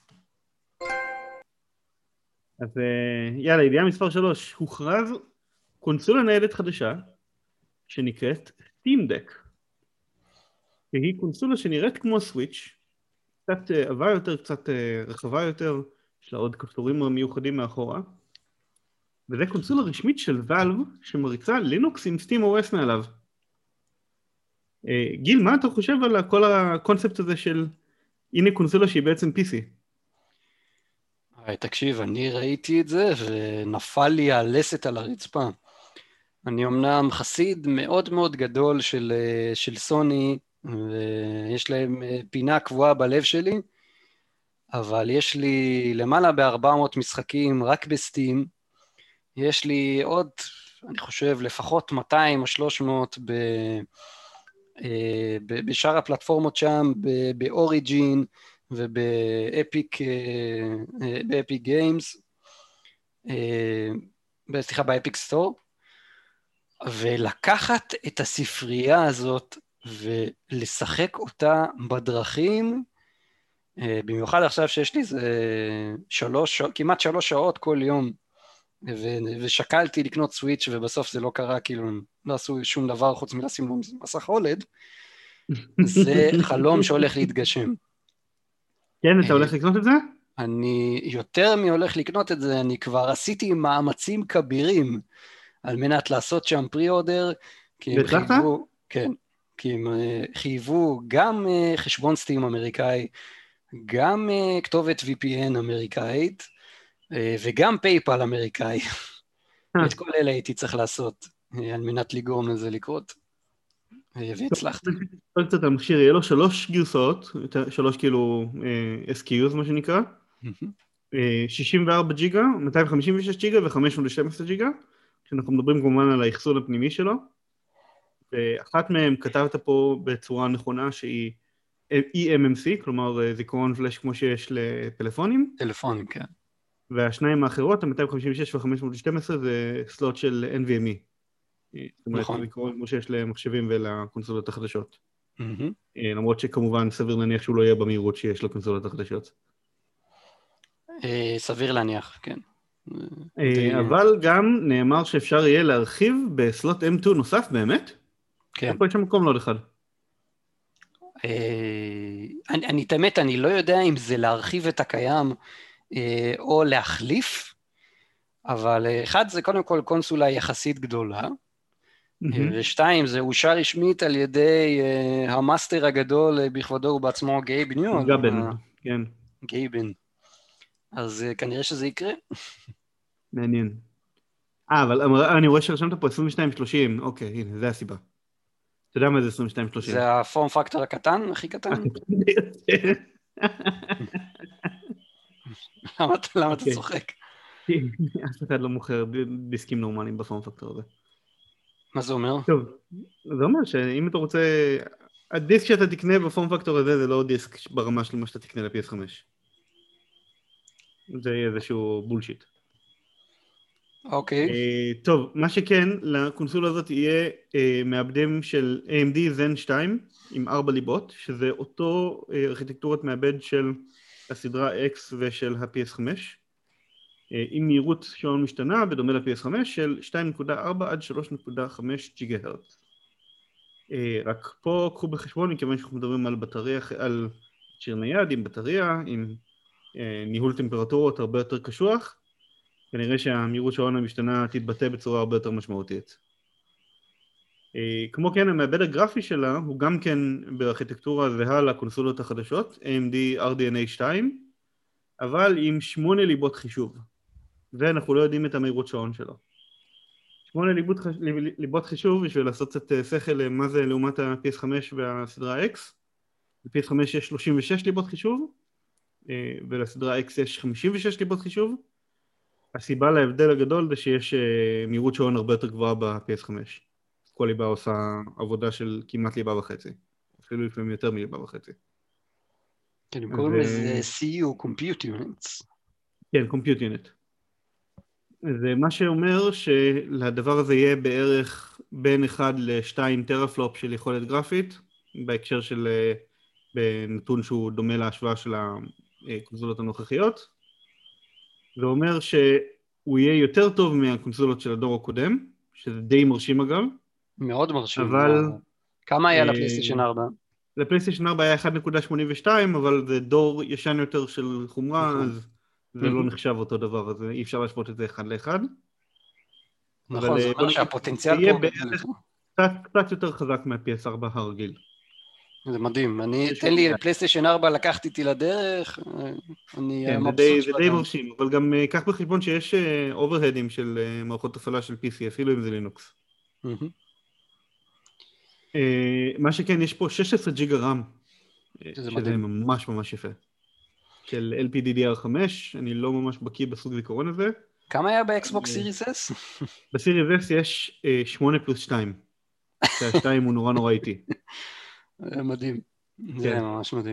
B: אז יאללה, ידיעה מספר 3, הוכרז קונסולה ניידת חדשה שנקראת Steam Deck. שהיא קונסולה שנראית כמו סוויץ', קצת עבה יותר, קצת רחבה יותר, יש לה עוד כפתורים מיוחדים מאחורה, וזה קונסולה רשמית של ואלב שמריצה לינוקס עם סטים OS מעליו. גיל, מה אתה חושב על כל הקונספט הזה של הנה קונסולה שהיא בעצם PC?
A: תקשיב, אני ראיתי את זה ונפל לי הלסת על הרצפה. אני אמנם חסיד מאוד מאוד גדול של סוני, ויש להם פינה קבועה בלב שלי, אבל יש לי למעלה ב-400 משחקים רק בסטים, יש לי עוד, אני חושב, לפחות 200 או 300 בשאר הפלטפורמות שם, באוריג'ין ובאפיק גיימס, סליחה, באפיק סטור, ולקחת את הספרייה הזאת ולשחק אותה בדרכים, במיוחד עכשיו שיש לי זה כמעט 3 שעות כל יום, ושקלתי לקנות סוויץ' ובסוף זה לא קרה, כאילו לא עשו שום דבר חוץ מלשים לו מסך הולד, זה חלום שהולך להתגשם.
B: כן, אתה הולך לקנות את זה?
A: אני יותר מהולך לקנות את זה, אני כבר עשיתי מאמצים כבירים על מנת לעשות שם פרי-אורדר, כי הם חייבו, כן, כי הם חייבו גם חשבון סטים אמריקאי, גם כתובת VPN אמריקאית, וגם פייפל אמריקאי. את כל אלה הייתי צריך לעשות, על מנת לגרום לזה לקרות, והצלחתי.
B: קצת המכשיר, יהיה לו 3 גרסאות, 3 כאילו SKUs מה שנקרא, 64 ג'יגה, 256 ג'יגה ו512 ג'יגה, כשאנחנו מדברים כמובן על האחסון הפנימי שלו, ואחת מהם כתבת פה בצורה נכונה שהיא eMMC, כלומר זיכרון פלאש כמו שיש לפלאפונים.
A: טלפונים, כן.
B: והשניים האחרות, ה-256 ו-512 זה סלוט של NVMe. זאת אומרת, זיכרון כמו שיש למחשבים ולקונסולות החדשות. למרות שכמובן סביר להניח שהוא לא יהיה במהירות שיש לקונסולות החדשות.
A: סביר להניח, כן.
B: אבל גם נאמר שאפשר יהיה להרחיב בסלוט M2 נוסף באמת?
A: כן.
B: איפה יש שם מקום לעוד אחד?
A: אני לא יודע אם זה להרחיב את הקיים או להחליף, אבל אחד זה קודם כל קונסולה יחסית גדולה, ושתיים זה אושר רשמית על ידי המאסטר הגדול בכבודו ובעצמו גייב ניול.
B: גאבן, כן.
A: גייבן. אז כנראה שזה יקרה.
B: מעניין. אבל אני רואה שרשמת פה 22-30, אוקיי, הנה, זה הסיבה. אתה יודע מה זה 22-30?
A: זה הפורם פקטור הקטן, הכי קטן? למה אתה צוחק?
B: אף אחד לא מוכר דיסקים נורמליים בפורם פקטור הזה.
A: מה זה אומר?
B: טוב, זה אומר שאם אתה רוצה, הדיסק שאתה תקנה בפורם פקטור הזה זה לא דיסק ברמה של מה שאתה תקנה ל-PS5. זה יהיה איזשהו בולשיט.
A: אוקיי.
B: טוב, מה שכן, לקונסולה הזאת יהיה מעבדים של AMD Zen 2 עם 4 ליבות, שזה אותו ארכיטקטורת מעבד של הסדרה X ושל ה-PS5, עם מהירות שעון משתנה, בדומה ל-PS5, של 2.4 עד 3.5 ג'יגה הרץ. רק פה קחו בחשבון, מכיוון שאנחנו מדברים על בטריה, על מכשיר נייד עם בטריה, עם ניהול טמפרטורות הרבה יותר קשוח, כנראה שהמהירות שעון המשתנה תתבטא בצורה הרבה יותר משמעותית. כמו כן, המעבד הגרפי שלה הוא גם כן בארכיטקטורה זהה לקונסולות החדשות, AMD RDNA 2, אבל עם 8 ליבות חישוב, ואנחנו לא יודעים את המהירות שעון שלו. 8 ליבות חישוב בשביל לעשות קצת שכל מה זה לעומת ה-PS5 והסדרה X. ל-PS5 יש 36 ליבות חישוב, ולסדרה X יש 56 ליבות חישוב. הסיבה להבדל הגדול זה שיש מהירות שעון הרבה יותר גבוהה ב-PS5. כל ליבה עושה עבודה של כמעט ליבה וחצי, אפילו לפעמים יותר מליבה וחצי.
A: כן, הם קוראים לזה CU, Compute Units.
B: כן, Compute Unit. זה מה שאומר שלדבר הזה יהיה בערך בין 1 ל-2 טרפלופ של יכולת גרפית, בהקשר של בנתון שהוא דומה להשוואה של הקונסולות הנוכחיות. זה אומר שהוא יהיה יותר טוב מהקונסולות של הדור הקודם, שזה די מרשים אגב.
A: מאוד מרשים.
B: אבל...
A: כמה היה לפלייסטיישן 4?
B: לפלייסטיישן 4 היה 1.82, אבל זה דור ישן יותר של חומרה, אז זה לא נחשב אותו דבר, אז אי אפשר להשוות את זה אחד לאחד.
A: נכון, זה אומר שהפוטנציאל פה גדול.
B: קצת יותר חזק מה-PS4 הרגיל.
A: זה מדהים, תן לי פלייסטיישן 4, לקחתי איתי לדרך,
B: כן, זה די מרשים, אבל גם קח בחשבון שיש אוברהדים של מערכות הפעלה של PC, אפילו אם זה לינוקס. מה שכן, יש פה 16 ג'יגה רם, שזה ממש ממש יפה. של LPDDR5, אני לא ממש בקיא בסוג זיכרון הזה.
A: כמה היה באקסבוקס סיריס S?
B: בסיריס S יש 8+2, שה-2 הוא נורא נורא איטי.
A: מדהים, זה ממש מדהים.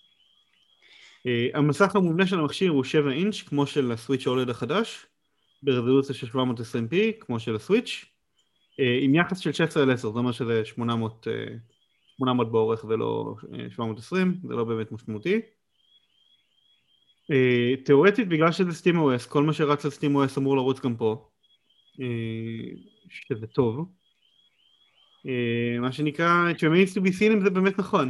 B: המסך המובנה של המכשיר הוא 7 אינץ' כמו של הסוויץ' אולד החדש, ברזולוציה של 720p כמו של הסוויץ', עם יחס של 16:10, זאת אומרת שזה 800 באורך ולא 720, זה לא באמת משמעותי. תיאורטית, בגלל שזה SteamOS, כל מה שרץ על SteamOS אמור לרוץ גם פה, שזה טוב. מה שנקרא, it remains to be seen אם זה באמת נכון.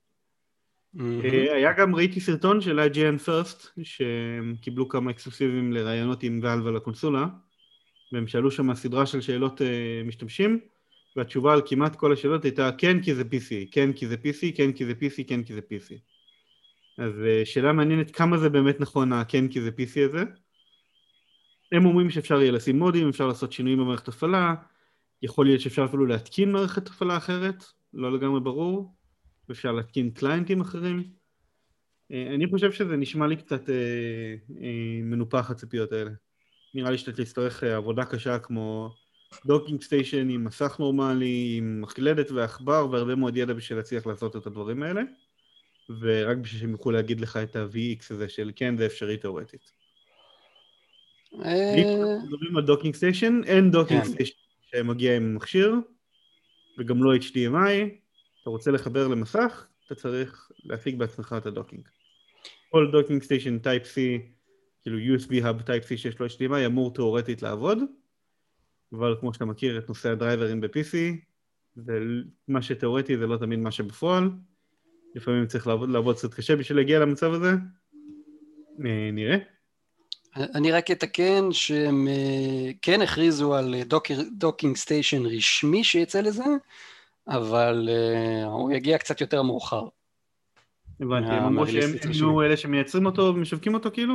B: היה גם, ראיתי סרטון של IGN First, שהם קיבלו כמה אקסקלוסיבים לראיונות עם ואלב על הקונסולה, והם שאלו שם סדרה של שאלות משתמשים, והתשובה על כמעט כל השאלות הייתה כן כי זה PC, כן כי זה PC, כן כי זה PC, כן כי זה PC. אז שאלה מעניינת כמה זה באמת נכון הכן כי זה PC הזה. הם אומרים שאפשר יהיה לשים מודים, אפשר לעשות שינויים במערכת הפעלה, יכול להיות שאפשר אפילו להתקין מערכת הפעלה אחרת, לא לגמרי ברור, ואפשר להתקין קליינטים אחרים. אני חושב שזה נשמע לי קצת מנופח הציפיות האלה. נראה לי שאתה תצטרך עבודה קשה כמו דוקינג סטיישן עם מסך נורמלי, עם מקלדת ועכבר והרבה מאוד ידע בשביל להצליח לעשות את הדברים האלה, ורק בשביל שהם יוכלו להגיד לך את ה-VX הזה של כן זה אפשרי תיאורטית. מדברים על דוקינג סטיישן, אין דוקינג סטיישן שמגיע עם מכשיר, וגם לא HDMI, אתה רוצה לחבר למסך, אתה צריך להשיג בעצמך את הדוקינג. כל דוקינג סטיישן טייפ C, כאילו USB Hub טייפ C שיש לו HDMI, אמור תיאורטית לעבוד, אבל כמו שאתה מכיר את נושא הדרייברים ב-PC, ומה שתיאורטי זה לא תמיד מה שבפועל, לפעמים צריך לעבוד קצת קשה בשביל להגיע למצב הזה, נראה.
A: אני רק אתקן שהם כן הכריזו על דוקינג סטיישן רשמי שיצא לזה, אבל הוא יגיע קצת יותר מאוחר.
B: הבנתי, הם אמרו שהם יהיו אלה שמייצרים אותו ומשווקים אותו כאילו?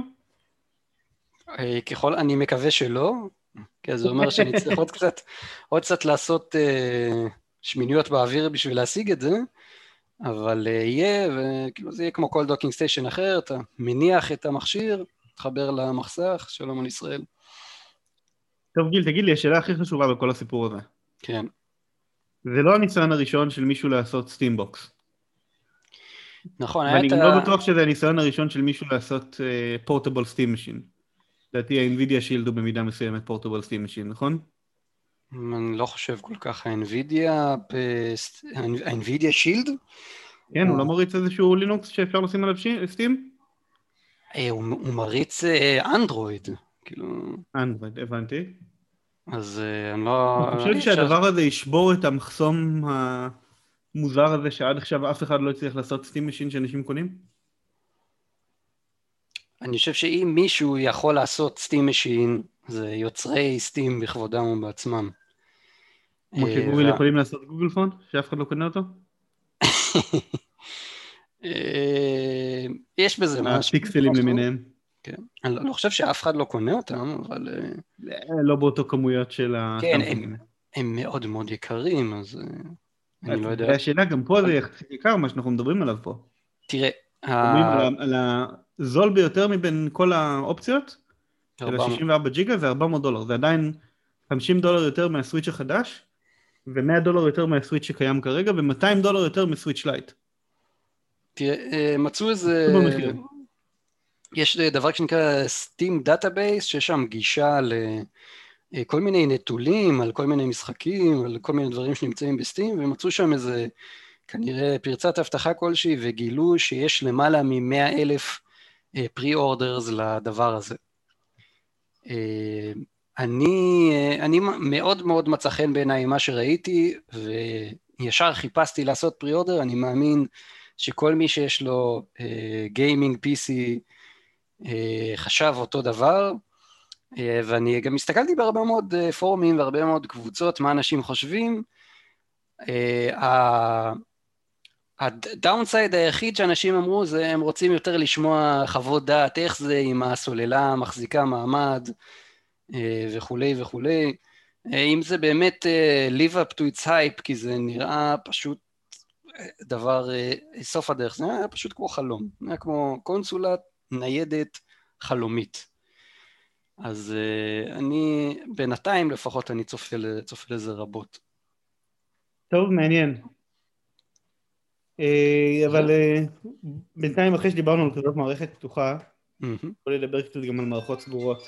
A: אני מקווה שלא, כי זה אומר שאני צריך עוד קצת לעשות שמיניות באוויר בשביל להשיג את זה, אבל יהיה, וכאילו זה יהיה כמו כל דוקינג סטיישן אחר, אתה מניח את המכשיר, תחבר למחסך, שלום על ישראל.
B: טוב גיל, תגיד לי, השאלה הכי חשובה בכל הסיפור הזה.
A: כן.
B: זה לא הניסיון הראשון של מישהו לעשות סטימבוקס.
A: נכון,
B: ואני גם לא בטוח שזה הניסיון הראשון של מישהו לעשות פורטבל סטים משין. לדעתי ה-NVIDIA שילד הוא במידה מסוימת פורטבל סטים משין, נכון?
A: אני לא חושב כל כך, ה-NVIDIA שילד?
B: כן, הוא לא מריץ איזשהו לינוקס שאפשר לשים עליו סטים?
A: הוא מריץ אנדרואיד, כאילו...
B: אנדרואיד, הבנתי.
A: אז אני לא...
B: אני חושב שהדבר הזה ישבור את המחסום המוזר הזה שעד עכשיו אף אחד לא הצליח לעשות סטים משין שאנשים קונים?
A: אני חושב שאם מישהו יכול לעשות סטים משין, זה יוצרי סטים בכבודם ובעצמם.
B: כמו שגוגל יכולים לעשות גוגל פון, שאף אחד לא קונה אותו?
A: יש בזה משהו.
B: הפיקסלים למיניהם.
A: כן. אני לא חושב שאף אחד לא קונה אותם, אבל...
B: לא באותו כמויות של
A: כן, הם מאוד מאוד יקרים, אז אני לא יודע.
B: והשאלה גם פה זה יחסית יקר, מה שאנחנו מדברים עליו פה.
A: תראה,
B: אומרים על הזול ביותר מבין כל האופציות, של ה-64 ג'יגה זה $400, זה עדיין $50 יותר מהסוויץ' החדש, ו$100 יותר מהסוויץ' שקיים כרגע, ו$200 יותר מסוויץ' לייט.
A: תראה, מצאו איזה... יש דבר שנקרא Steam Database, שיש שם גישה לכל מיני נתונים, על כל מיני משחקים, על כל מיני דברים שנמצאים בסטים, ומצאו שם איזה, כנראה פרצת הבטחה כלשהי, וגילו שיש למעלה מ100,000 pre-orders לדבר הזה. אני מאוד מאוד מצא חן בעיניי מה שראיתי, וישר חיפשתי לעשות pre-order, אני מאמין שכל מי שיש לו גיימינג PC, חשב אותו דבר, ואני גם הסתכלתי בהרבה מאוד פורומים והרבה מאוד קבוצות, מה אנשים חושבים. הדאונסייד היחיד שאנשים אמרו, זה הם רוצים יותר לשמוע חוות דעת, איך זה עם הסוללה מחזיקה מעמד, וכולי וכולי. אם זה באמת live up to its hype, כי זה נראה פשוט דבר, סוף הדרך, זה היה פשוט כמו חלום, זה היה כמו קונסולה, ניידת חלומית. אז אני, בינתיים לפחות אני צופה לזה רבות.
B: טוב, מעניין. אבל בינתיים אחרי שדיברנו על כזאת מערכת פתוחה, בוא לדבר קצת גם על מערכות סגורות.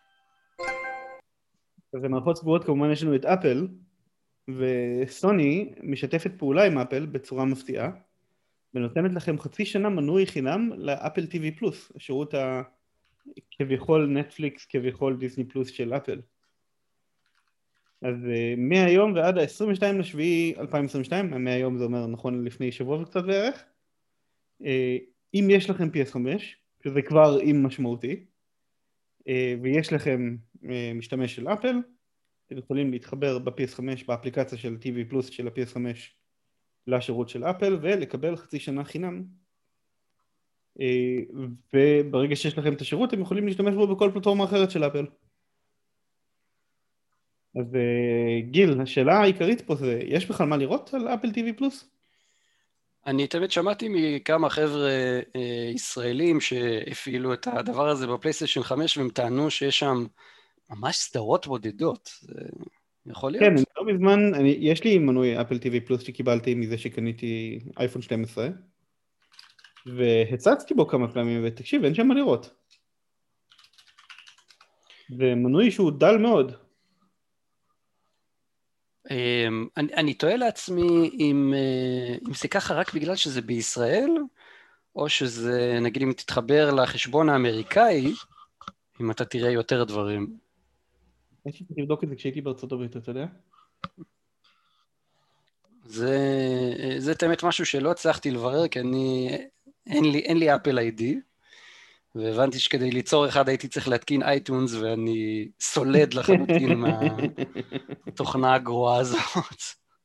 B: אז במערכות סגורות כמובן יש לנו את אפל, וסוני משתפת פעולה עם אפל בצורה מפתיעה, ונותנת לכם חצי שנה מנוי חינם לאפל TV פלוס, השירות כביכול נטפליקס, כביכול דיסני פלוס של אפל. אז מהיום ועד ה-22 לשביעי 2022, מהיום זה אומר נכון לפני שבוע וקצת בערך, אם יש לכם PS5, שזה כבר אם משמעותי, ויש לכם משתמש של אפל, אתם יכולים להתחבר ב-PS5 באפליקציה של TV פלוס של ה-PS5 לשירות של אפל ולקבל חצי שנה חינם. וברגע שיש לכם את השירות אתם יכולים להשתמש בו בכל פלטפורמה אחרת של אפל. אז גיל, השאלה העיקרית פה זה, יש בכלל מה לראות על אפל TV פלוס?
A: אני תמיד שמעתי מכמה חבר'ה ישראלים שהפעילו את הדבר הזה בפלייסטיישן 5 והם טענו שיש שם ממש סדרות בודדות. זה יכול להיות?
B: כן, לא מזמן, יש לי מנוי אפל TV פלוס שקיבלתי מזה שקניתי אייפון 12 והצצתי בו כמה פעמים ותקשיב, אין שם מה לראות. זה מנוי שהוא דל מאוד.
A: אני תוהה לעצמי אם זה ככה רק בגלל שזה בישראל, או שזה, נגיד אם תתחבר לחשבון האמריקאי, אם אתה תראה יותר דברים.
B: הייתי לבדוק את זה כשהייתי בארצות הברית, אתה יודע?
A: זה באמת משהו שלא הצלחתי לברר, כי אין לי אפל איי-די, והבנתי שכדי ליצור אחד הייתי צריך להתקין אייטונס, ואני סולד לחלוטין מהתוכנה הגרועה הזאת.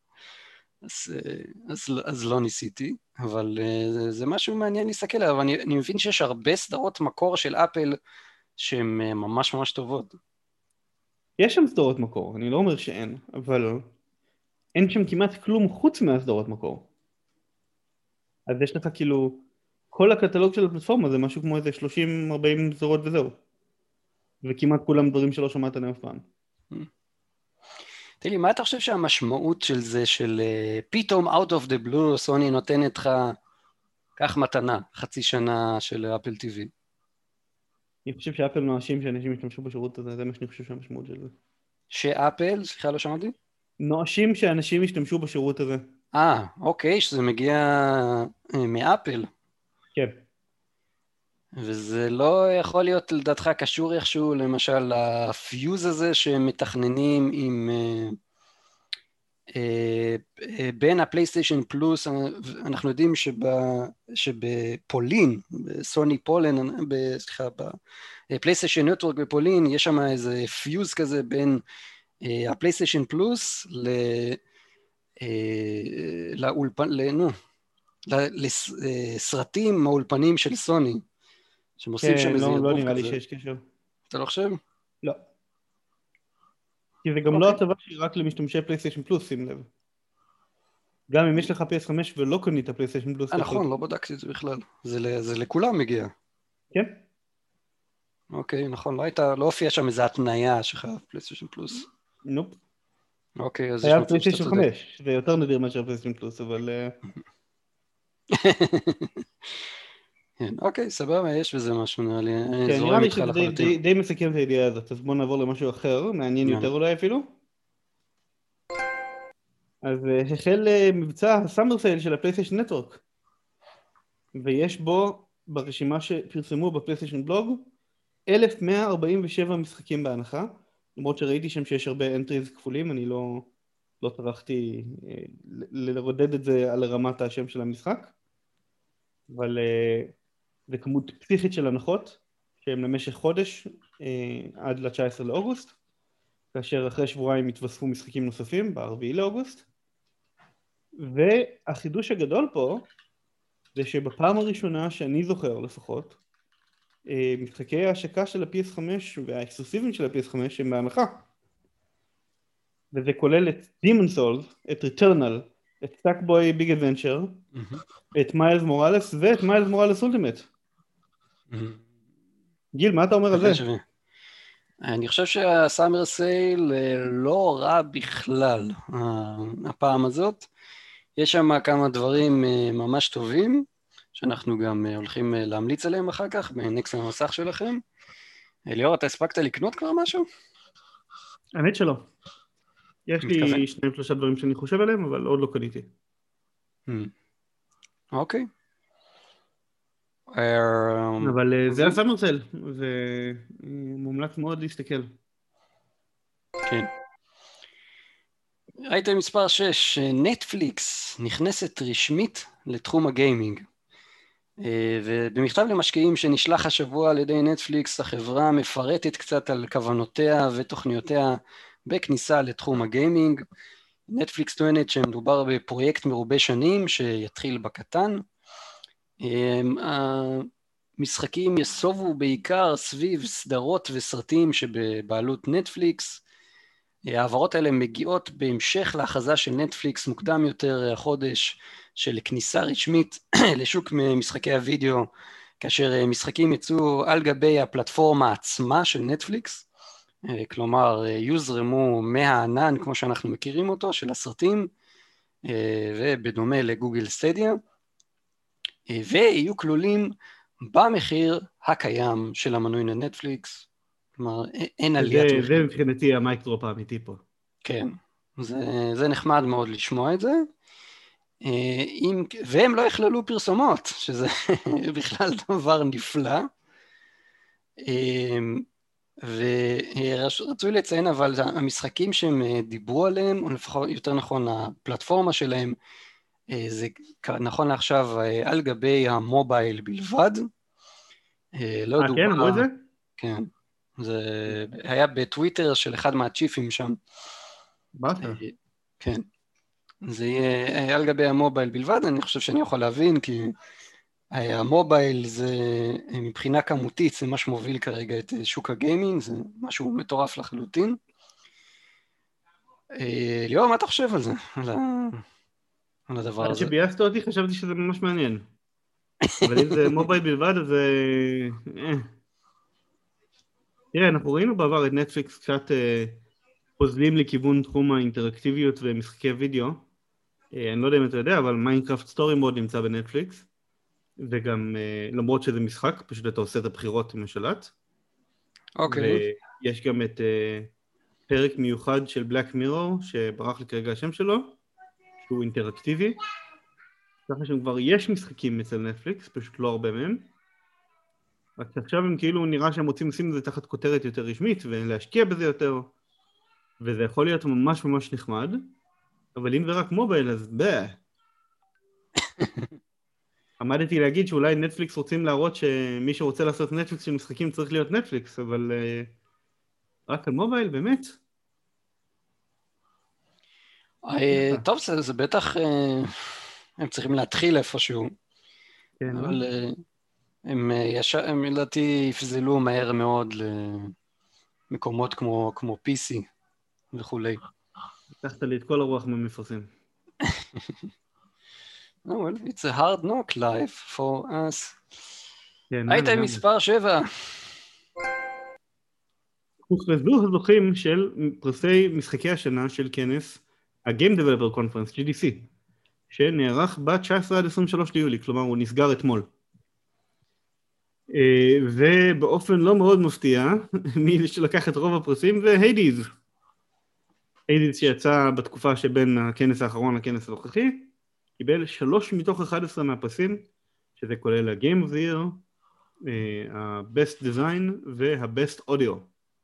A: אז לא ניסיתי, אבל זה משהו מעניין להסתכל עליו, אבל אני מבין שיש הרבה סדרות מקור של אפל שהן ממש ממש טובות.
B: יש שם סדרות מקור, אני לא אומר שאין, אבל אין שם כמעט כלום חוץ מהסדרות מקור. אז יש לך כאילו, כל הקטלוג של הפלטפורמה זה משהו כמו איזה 30-40 סדרות וזהו. וכמעט כולם דברים שלא שמעת עליהם אף פעם.
A: תראי, מה אתה חושב שהמשמעות של זה, של פתאום out of the blue, סוני נותנת לך כך מתנה, חצי שנה של אפל TV?
B: אני חושב שאפל נואשים שאנשים ישתמשו בשירות הזה, זה מה שאני חושב שהמשמעות של זה.
A: שאפל, סליחה, לא שמעתי?
B: נואשים שאנשים ישתמשו בשירות הזה.
A: אוקיי, שזה מגיע מאפל.
B: כן.
A: וזה לא יכול להיות לדעתך קשור איכשהו, למשל, לפיוז הזה שמתכננים עם בין הפלייסטיישן פלוס, אנחנו יודעים שבפולין, בסוני פולין, סליחה, בפלייסטיישן נטוורק בפולין, יש שם איזה פיוז כזה בין הפלייסטיישן פלוס לסרטים מהאולפנים של סוני, שהם עושים שם איזה
B: ירדוף כזה. לא נראה לי שיש קשר.
A: אתה לא חושב?
B: לא. כי זה גם לא הטבה שהיא רק למשתמשי פלייסטיישן פלוס, שים לב. גם אם יש לך PS5 ולא קנית פלייסטיישן פלוס.
A: נכון, לא בדקתי את זה בכלל. זה לכולם מגיע.
B: כן.
A: אוקיי, נכון, לא הופיע שם איזו התניה שחייב פלייסטיישן פלוס.
B: נופ.
A: אוקיי, אז
B: יש מצב פלייסטיישן 5, זה יותר נדיר מאשר פלייסטיישן פלוס, אבל...
A: אוקיי, סבבה, יש בזה משהו, נראה לי.
B: כן, נראה לי שזה די מסכם את הידיעה הזאת, אז בואו נעבור למשהו אחר, מעניין יותר אולי אפילו. אז החל מבצע הסאמר סייל של הפלייסטיישן נטוורק, ויש בו, ברשימה שפרסמו בפלייסטיישן בלוג, 1,147 משחקים בהנחה, למרות שראיתי שם שיש הרבה אנטריז כפולים, אני לא טרחתי לרודד את זה על רמת השם של המשחק, אבל זה כמות פסיכית של הנחות, שהם למשך חודש עד ל-19 לאוגוסט, כאשר אחרי שבועיים התווספו משחקים נוספים ב-4 לאוגוסט, והחידוש הגדול פה זה שבפעם הראשונה שאני זוכר לפחות, משחקי ההשקה של ה-PS5 והאקסקלוסיביים של ה-PS5 הם בהנחה, וזה כולל את Demon's Souls, את Returnal, את Sackboy Big Adventure, את מיילס מוראלס ואת מיילס מוראלס אולטימט. גיל, מה אתה אומר על זה?
A: שווה. אני חושב שהסאמר סייל לא רע בכלל הפעם הזאת. יש שם כמה דברים ממש טובים, שאנחנו גם הולכים להמליץ עליהם אחר כך, בנקסט המסך שלכם. ליאור, אתה הספקת לקנות כבר משהו?
B: האמת שלא. יש
A: מתכוון?
B: לי 2-3 דברים שאני חושב עליהם, אבל עוד לא קניתי.
A: אוקיי.
B: אבל זה הסאמר סייל, ומומלץ מאוד להסתכל.
A: כן. אייטם מספר 6, נטפליקס נכנסת רשמית לתחום הגיימינג. ובמכתב למשקיעים שנשלח השבוע על ידי נטפליקס, החברה מפרטת קצת על כוונותיה ותוכניותיה בכניסה לתחום הגיימינג. נטפליקס טוענת שמדובר בפרויקט מרובה שנים שיתחיל בקטן. המשחקים יסובו בעיקר סביב סדרות וסרטים שבבעלות נטפליקס. העברות האלה מגיעות בהמשך להכרזה של נטפליקס מוקדם יותר החודש של כניסה רשמית לשוק משחקי הוידאו, כאשר משחקים יצאו על גבי הפלטפורמה עצמה של נטפליקס, כלומר יוזרמו מהענן כמו שאנחנו מכירים אותו של הסרטים, ובדומה לגוגל סטדיה, ויהיו כלולים במחיר הקיים של המנוי לנטפליקס. כלומר, אין עליית מחיר.
B: זה מבחינתי המייקדרופ האמיתי פה.
A: כן, זה נחמד מאוד לשמוע את זה. והם לא יכללו פרסומות, שזה בכלל דבר נפלא. ורצוי לציין, אבל המשחקים שהם דיברו עליהם, או לפחות יותר נכון, הפלטפורמה שלהם, זה נכון לעכשיו על גבי המובייל בלבד. לא דובר.
B: כן, אמרו את זה?
A: כן. זה היה בטוויטר של אחד מהצ'יפים שם. כן. זה יהיה על גבי המובייל בלבד, אני חושב שאני יכול להבין, כי המובייל זה מבחינה כמותית, זה מה שמוביל כרגע את שוק הגיימינג, זה משהו מטורף לחלוטין. ליאור, מה אתה חושב על זה? על הדבר הזה?
B: עד שבייסת אותי חשבתי שזה ממש מעניין. אבל אם זה מובייל בלבד, אז תראה, אנחנו ראינו בעבר את נטפליקס קצת פוזלים לכיוון תחום האינטראקטיביות ומשחקי וידאו. אני לא יודע אם אתה יודע, אבל מיינקראפט סטורי מוד נמצא בנטפליקס, וגם למרות שזה משחק, פשוט אתה עושה את הבחירות עם השלט.
A: אוקיי.
B: ויש גם את פרק מיוחד של בלק מירור, שברח לי כרגע השם שלו, שהוא אינטראקטיבי. ככה שכבר יש משחקים אצל נטפליקס, פשוט לא הרבה מהם. רק שעכשיו הם כאילו נראה שהם רוצים לשים את זה תחת כותרת יותר רשמית, ולהשקיע בזה יותר, וזה יכול להיות ממש ממש נחמד, אבל אם זה רק מובייל, אז עמדתי להגיד שאולי נטפליקס רוצים להראות שמי שרוצה לעשות נטפליקס של משחקים צריך להיות נטפליקס, אבל רק על מובייל, באמת?
A: טוב, זה בטח, הם צריכים להתחיל איפשהו, אבל הם לדעתי יפזלו מהר מאוד למקומות כמו PC וכולי.
B: לקחת לי את כל הרוח מהמפרסם.
A: Well, it's a hard knock life for us.
B: הייתם
A: מספר 7.
B: הוכרזו הזוכים של פרסי משחקי השנה של כנס ה-Game Developer Conference, GDC, שנערך ב-19 עד 23 ליולי, כלומר הוא נסגר אתמול. ובאופן לא מאוד מפתיע, מי שלקח את רוב הפרסים זה היידיז. היידיז שיצא בתקופה שבין הכנס האחרון לכנס הנוכחי, קיבל 3 מתוך 11 מהפרסים, שזה כולל ה-Game of the Year, ה-Best Design וה-Best Audio.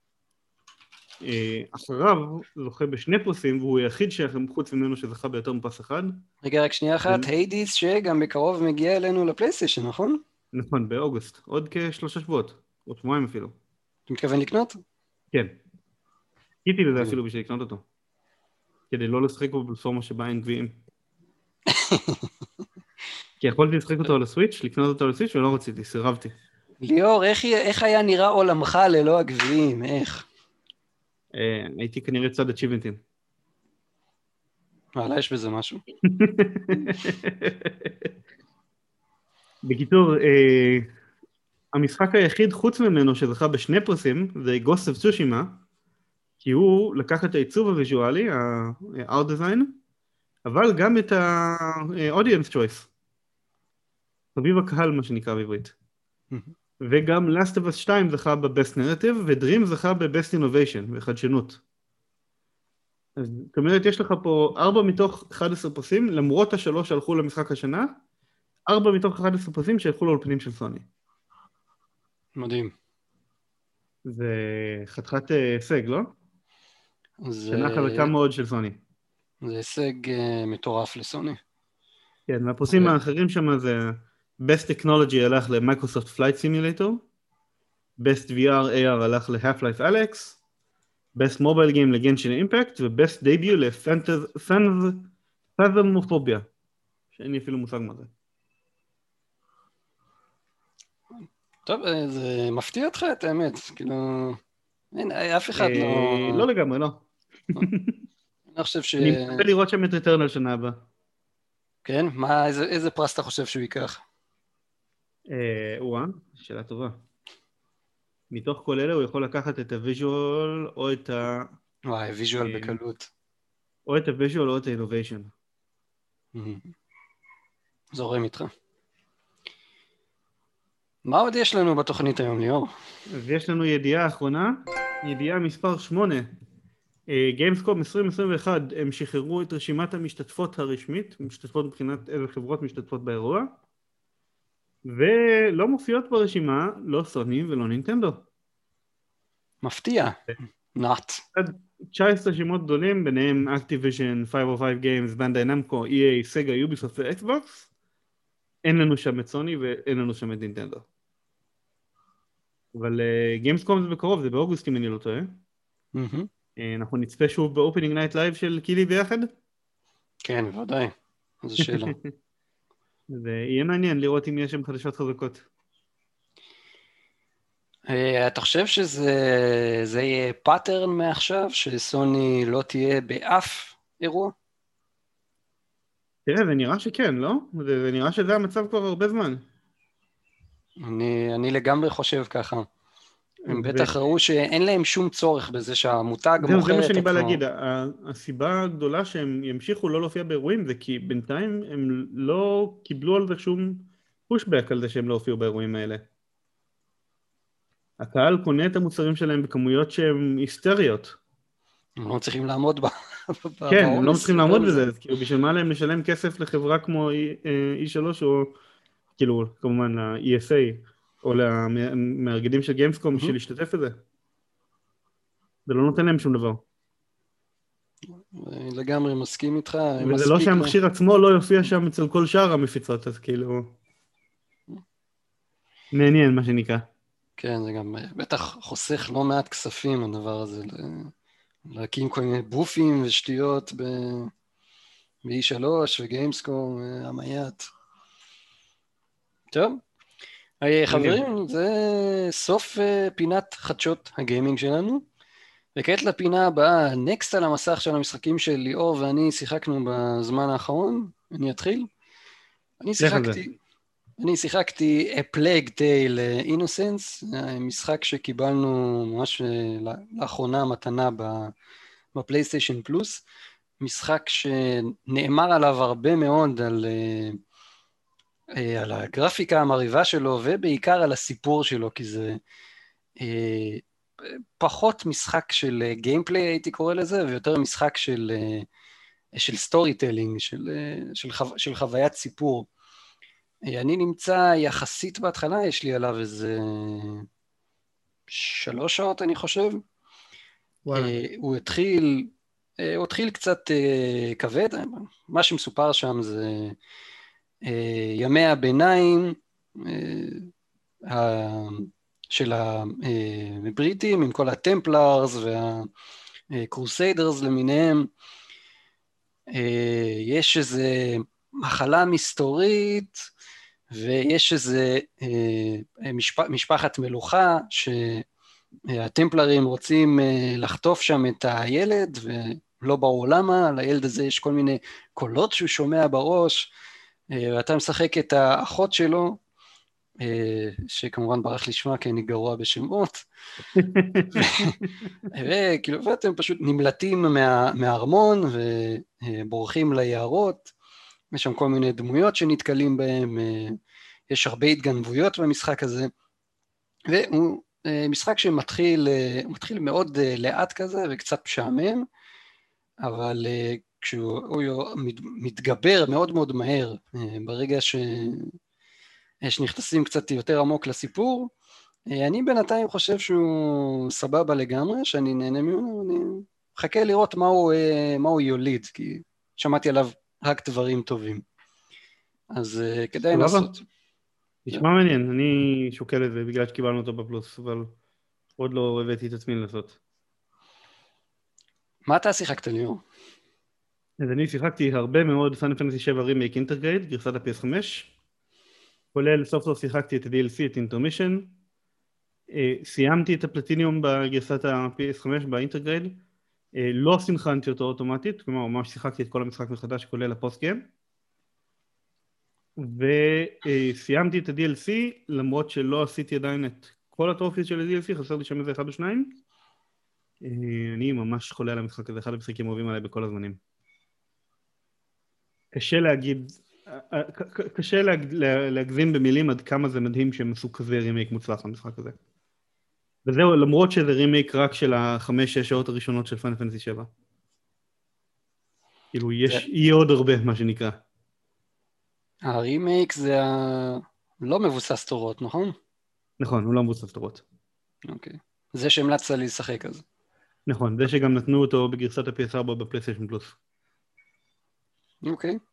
B: אחריו זוכה בשני פרסים, והוא היחיד חוץ ממנו שזכה ביותר מפרס אחד.
A: רגע, רק שנייה אחת, היידיז שגם בקרוב מגיע אלינו לפלייסטיישן, נכון?
B: נכון, באוגוסט, עוד כ3 שבועות, עוד שבועיים אפילו.
A: אתה מתכוון לקנות?
B: כן. חיכיתי לזה אפילו בשביל לקנות אותו. כדי לא לשחק בו בפלטפורמה שבה אין גביעים. כי יכולתי לשחק אותו על הסוויץ', לקנות אותו על הסוויץ' ולא רציתי, סירבתי.
A: ליאור, איך היה נראה עולמך ללא הגביעים? איך?
B: הייתי כנראה צד אצ'יבנטים.
A: וואלה, יש בזה משהו.
B: בקיצור, המשחק היחיד חוץ ממנו שזכה בשני פרסים זה Ghost of Tsushima, כי הוא לקח את העיצוב הוויזואלי, ה-Art Design, אבל גם את ה-Audience Choice, חביב הקהל מה שנקרא בעברית. וגם Last of Us 2 זכה ב-Best Narrative, ו-Dream זכה ב-Best Innovation, בחדשנות. אז זאת אומרת, יש לך פה 4 מתוך 11 פרסים, למרות השלוש שהלכו למשחק השנה, 4 מתוך 11 פרסים שהלכו לאולפנים של סוני.
A: מדהים.
B: זה חתיכת הישג, לא? שנה חזקה מאוד של סוני.
A: זה הישג מטורף לסוני.
B: כן, והפרסים האחרים שם זה Best Technology הלך ל-Microsoft Flight Simulator, Best VR AR הלך ל-Half-Life Alyx, Best Mobile Game ל-Genshin Impact, ו-Best Debut ל-Phasmophobia, שאין לי אפילו מושג מה זה.
A: טוב, זה מפתיע אותך את האמת, כאילו, אין, אף אחד לא...
B: לא לגמרי, לא.
A: אני חושב ש...
B: אני מצפה לראות שם את Returnal שנה הבאה.
A: כן? איזה פרס אתה חושב שהוא ייקח?
B: שאלה טובה. מתוך כל אלה הוא יכול לקחת את הוויז'ואל או את ה...
A: וואי, ויז'ואל בקלות.
B: או את הוויז'ואל או את האינוביישן.
A: זורם איתך. מה עוד יש לנו בתוכנית היום, ליאור?
B: אז יש לנו ידיעה אחרונה, ידיעה מספר 8. גיימסקום 2021, הם שחררו את רשימת המשתתפות הרשמית, משתתפות מבחינת איזה חברות משתתפות באירוע, ולא מופיעות ברשימה לא סוני ולא נינטנדו.
A: מפתיע. נאט.
B: 19 שמות גדולים, ביניהם Activision, 505 Games, Bandai Namco, EA, Sega, Ubisoft ו-Xbox. אין לנו שם את סוני ואין לנו שם את נינטנדו. אבל גיימסקום זה בקרוב, זה באוגוסט אם אני לא טועה. אנחנו נצפה שוב באופנינג נייט לייב של קילי ביחד?
A: כן, בוודאי. זו שאלה.
B: זה יהיה מעניין לראות אם יש שם חדשות חזקות.
A: אתה חושב שזה יהיה פאטרן מעכשיו, שסוני לא תהיה באף אירוע?
B: תראה, זה נראה שכן, לא? זה נראה שזה המצב כבר הרבה זמן.
A: אני לגמרי חושב ככה. הם בטח ראו שאין להם שום צורך בזה שהמותג מוכר את עצמו.
B: זה מה שאני בא להגיד, הסיבה הגדולה שהם ימשיכו לא להופיע באירועים זה כי בינתיים הם לא קיבלו על זה שום פושבק על זה שהם לא הופיעו באירועים האלה. הקהל קונה את המוצרים שלהם בכמויות שהן היסטריות.
A: הם לא צריכים לעמוד בה.
B: כן, הם לא צריכים לעמוד בזה, אז כאילו בשביל מה להם לשלם כסף לחברה כמו E3 או כאילו כמובן ל-ESA או למארגנים של גיימסקום בשביל להשתתף בזה. זה לא נותן להם שום דבר.
A: לגמרי מסכים איתך.
B: וזה לא שהמכשיר עצמו לא יופיע שם אצל כל שאר המפיצות, אז כאילו... מעניין מה שנקרא.
A: כן, זה גם בטח חוסך לא מעט כספים הדבר הזה, להקים כל מיני בופים ושטויות ב-E3 וגיימסקום, המייט. טוב. חברים, זה סוף פינת חדשות הגיימינג שלנו, וכעת לפינה הבאה, נקסט על המסך של המשחקים של ליאור ואני שיחקנו בזמן האחרון. אני אתחיל. אני שיחקתי A Plague Tale Innocence, משחק שקיבלנו ממש לאחרונה מתנה בפלייסטיישן פלוס, משחק שנאמר עליו הרבה מאוד על הגרפיקה המרהיבה שלו, ובעיקר על הסיפור שלו, כי זה פחות משחק של גיימפליי, הייתי קורא לזה, ויותר משחק של סטורי טלינג, של חוויית סיפור. אני נמצא יחסית בהתחלה, יש לי עליו איזה 3 שעות, אני חושב. הוא התחיל קצת כבד, מה שמסופר שם זה... ימי הביניים של הבריטים עם כל הטמפלרס והקרוסיידרס למיניהם. יש איזה מחלה מסתורית ויש איזה משפחת מלוכה שהטמפלרים רוצים לחטוף שם את הילד ולא ברור למה. לילד הזה יש כל מיני קולות שהוא שומע בראש, ואתה משחק את האחות שלו, שכמובן ברח לי שמה כי אני גרוע בשמות, וכאילו, ואתם פשוט נמלטים מהארמון ובורחים ליערות, יש שם כל מיני דמויות שנתקלים בהם, יש הרבה התגנבויות במשחק הזה, והוא משחק שמתחיל מאוד לאט כזה וקצת משעמם, אבל כשהוא מתגבר מאוד מאוד מהר, ברגע שנכנסים קצת יותר עמוק לסיפור, אני בינתיים חושב שהוא סבבה לגמרי, שאני נהנה ממנו, אני מחכה לראות מה הוא יוליד, כי שמעתי עליו רק דברים טובים. אז כדאי לנסות.
B: נשמע מעניין, אני שוקל את זה בגלל שקיבלנו אותו בפלוס, אבל עוד לא הבאתי את עצמי לנסות.
A: מה אתה שיחקת ליאור?
B: אז אני שיחקתי הרבה מאוד פיינל פנטסי 7 רימייק אינטרגרייד, גרסת ה-PS5, כולל סוף סוף שיחקתי את ה-DLC, את אינטרמישן, סיימתי את הפלטיניום בגרסת ה-PS5 באינטרגרייד, לא סינכרנתי אותו אוטומטית, כלומר ממש שיחקתי את כל המשחק מחדש כולל הפוסט גיים, וסיימתי את ה-DLC למרות שלא עשיתי עדיין את כל הטרופיס של ה-DLC, חסר לי שם איזה אחד או שניים. אני ממש חולה על המשחק הזה, אחד המשחקים אוהבים עליי בכל הזמנים. קשה להגזים במילים עד כמה זה מדהים שהם עשו כזה רימייק מוצלח למשחק הזה. וזהו, למרות שזה רימייק רק של 5-6 שעות הראשונות של פיינל פנטסי 7. כאילו יהיה עוד הרבה מה שנקרא.
A: הרימייק זה לא מבוסס תורות, נכון?
B: נכון, הוא לא מבוסס תורות.
A: אוקיי. זה שהמלצת לי לשחק אז.
B: נכון, זה שגם נתנו אותו בגרסת ה-PS4 בפלייסטיישן פלוס.
A: אוקיי.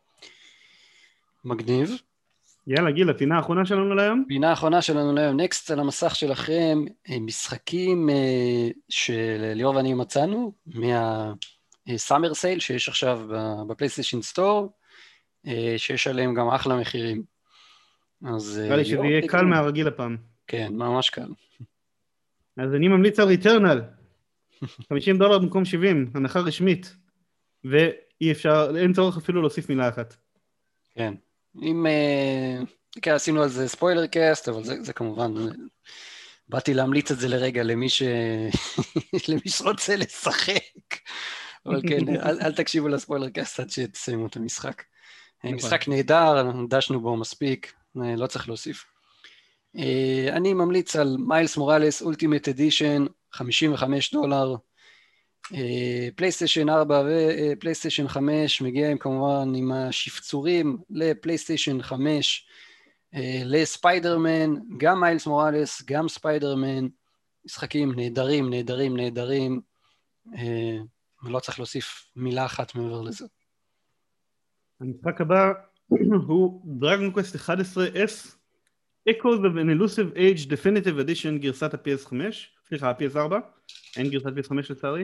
A: מגניב.
B: יאללה גיל, הפינה האחרונה שלנו להיום?
A: פינה האחרונה שלנו להיום, נקסט על המסך שלכם, משחקים שליאור ואני מצאנו, מהסאמר סייל שיש עכשיו בפלייסטיישן סטור, שיש עליהם גם אחלה מחירים. אז
B: נראה לי שזה יהיה קל מהרגיל הפעם.
A: כן, ממש קל.
B: אז אני ממליץ על ריטרנל, $50 במקום 70, הנחה רשמית, ואי אפשר, אין צורך אפילו להוסיף מילה אחת.
A: כן, אם עשינו על זה ספוילר קאסט, אבל זה כמובן, באתי להמליץ את זה לרגע למי שרוצה לשחק, אבל כן, אל תקשיבו לספוילר קאסט עד שתסיימו את המשחק. משחק נהדר, דשנו בו מספיק, לא צריך להוסיף. אני ממליץ על מיילס מוראלס אולטימט אדישן, $55, פלייסטיישן 4 ופלייסטיישן 5 מגיעים כמובן עם השפצורים לפלייסטיישן 5, לספיידרמן, גם מיילס מוראלס, גם ספיידרמן, משחקים נהדרים, נהדרים, נהדרים, ולא צריך להוסיף מילה אחת מעבר לזה.
B: המשחק הבא הוא Dragon Quest 11S, Echoes of an Elusive Age Definitive Edition גרסת ה-PS5, סליחה, ה-PS4, אין גרסת PS5 לצערי.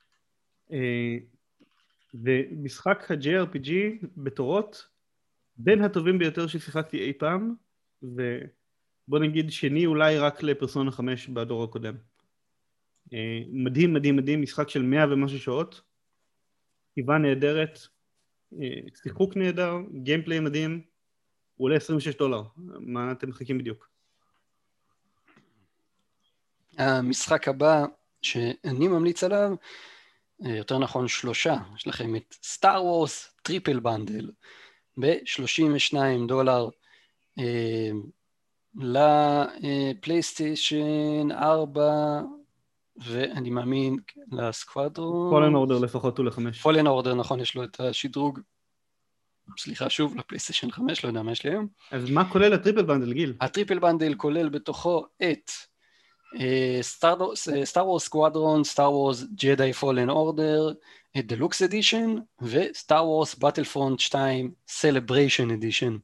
B: ומשחק ה-JRPG בתורות, בין הטובים ביותר ששיחקתי אי פעם, ובוא נגיד שני אולי רק לפרסונה 5 בדור הקודם. מדהים, מדהים, מדהים, משחק של 100 ומשהו שעות, כתיבה נהדרת, שיחוק נהדר, גיימפליי מדהים, הוא עולה $26, מה אתם מחכים בדיוק?
A: המשחק הבא שאני ממליץ עליו, יותר נכון 3, יש לכם את סטאר וורס טריפל בנדל $32 לפלייסטיישן 4 ואני מאמין לסקוואדרון.
B: פולן אורדר לפחות הוא ל5.
A: פולן אורדר, נכון, יש לו את השדרוג, סליחה שוב, לפלייסטיישן 5, לא יודע מה יש לי היום.
B: אז מה כולל הטריפל בנדל, גיל?
A: הטריפל בנדל כולל בתוכו את סטאר וורס סקוואדרון, סטאר וורס ג'די פולן אורדר, את דלוקס אדישן, וסטאר וורס באטלפרונט 2 סלבריישן אדישן.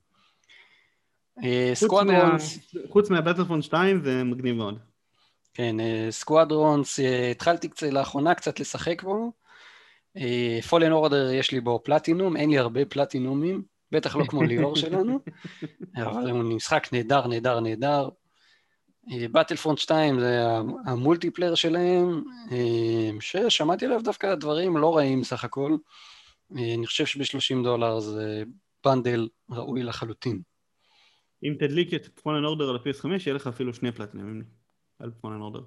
B: חוץ מהבטלפרונט 2 זה מגניב מאוד.
A: כן, סקוואדרונס, התחלתי לאחרונה קצת לשחק בו, פולן אורדר יש לי בו פלטינום, אין לי הרבה פלטינומים, בטח לא כמו ליאור שלנו, אבל הוא משחק נהדר, נהדר, נהדר. באטלפרונט 2 זה המולטיפלייר שלהם, ששמעתי עליו דווקא דברים לא רעים סך הכל, אני חושב $30 זה בנדל ראוי לחלוטין.
B: אם תדליק את פולן אורדר על ה-PS5, יהיה לך אפילו 2 פלטינומים על פולן אורדר.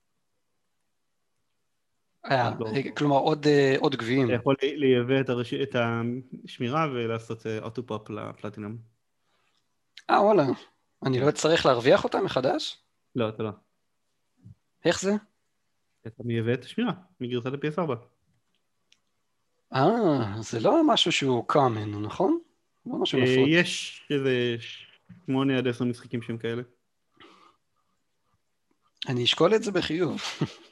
A: כלומר עוד גביעים.
B: אתה יכול לייבא את השמירה ולעשות אוטו-פופ לפלטינום.
A: וואלה. אני לא אצטרך להרוויח אותה מחדש?
B: לא, אתה לא.
A: איך זה?
B: אתה מייבא את השמירה מגרסת ה-PS4.
A: זה לא משהו שהוא common, נכון? לא משהו נפוץ.
B: יש איזה 8 עד 10 משחקים שהם כאלה.
A: אני אשקול את זה בחיוב.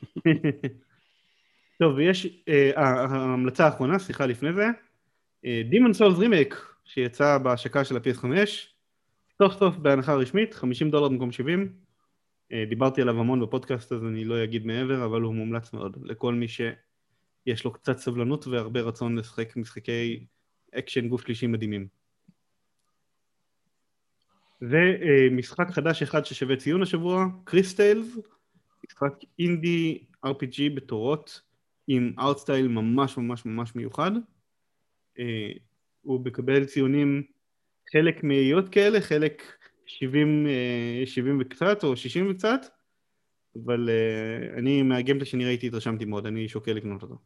B: טוב, ויש, ההמלצה האחרונה, סליחה לפני זה, Demon's Souls Remake, שיצא בהשקה של ה-PS5, סוף סוף בהנחה רשמית, $50 במקום 70. דיברתי עליו המון בפודקאסט, אז אני לא אגיד מעבר, אבל הוא מומלץ מאוד לכל מי שיש לו קצת סבלנות והרבה רצון לשחק משחקי אקשן גוף שלישי מדהימים. ומשחק חדש אחד ששווה ציון השבוע, קריסטיילס, משחק אינדי RPG בתורות, עם ארט סטייל ממש ממש ממש מיוחד. הוא מקבל ציונים חלק מאיות כאלה, חלק 70 וקצת או 60 וקצת, אבל אני מהגיימפלי שאני ראיתי התרשמתי מאוד, אני שוקל לקנות אותו.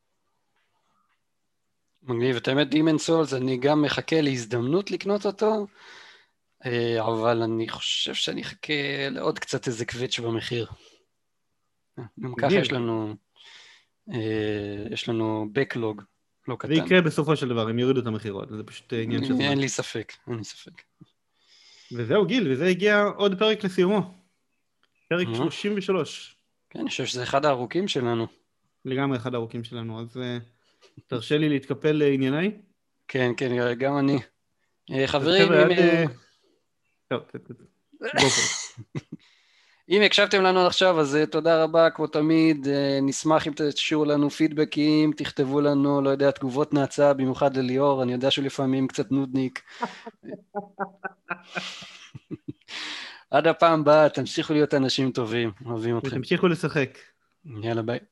A: מגניב, את האמת Demon's Souls, אני גם מחכה להזדמנות לקנות אותו, אבל אני חושב שאני אחכה לעוד קצת איזה קוויץ' במחיר. גם ככה יש לנו backlog לא קטן.
B: זה יקרה בסופו של דבר, הם יורידו את המחירות, זה פשוט עניין של זמן.
A: אין לי ספק.
B: וזהו גיל, וזה הגיע עוד פרק לסיומו. פרק 33.
A: כן, אני חושב שזה אחד הארוכים שלנו.
B: לגמרי אחד הארוכים שלנו, אז תרשה לי להתקפל לענייניי.
A: כן, גם אני. חברים, אם הקשבתם לנו עכשיו, אז תודה רבה, כמו תמיד, נשמח אם תשאירו לנו פידבקים, תכתבו לנו, לא יודע, תגובות נאצה, במיוחד לליאור, אני יודע שהוא לפעמים קצת נודניק. עד הפעם הבאה, תמשיכו להיות אנשים טובים, אוהבים אתכם.
B: ותמשיכו לשחק.
A: יאללה, ביי.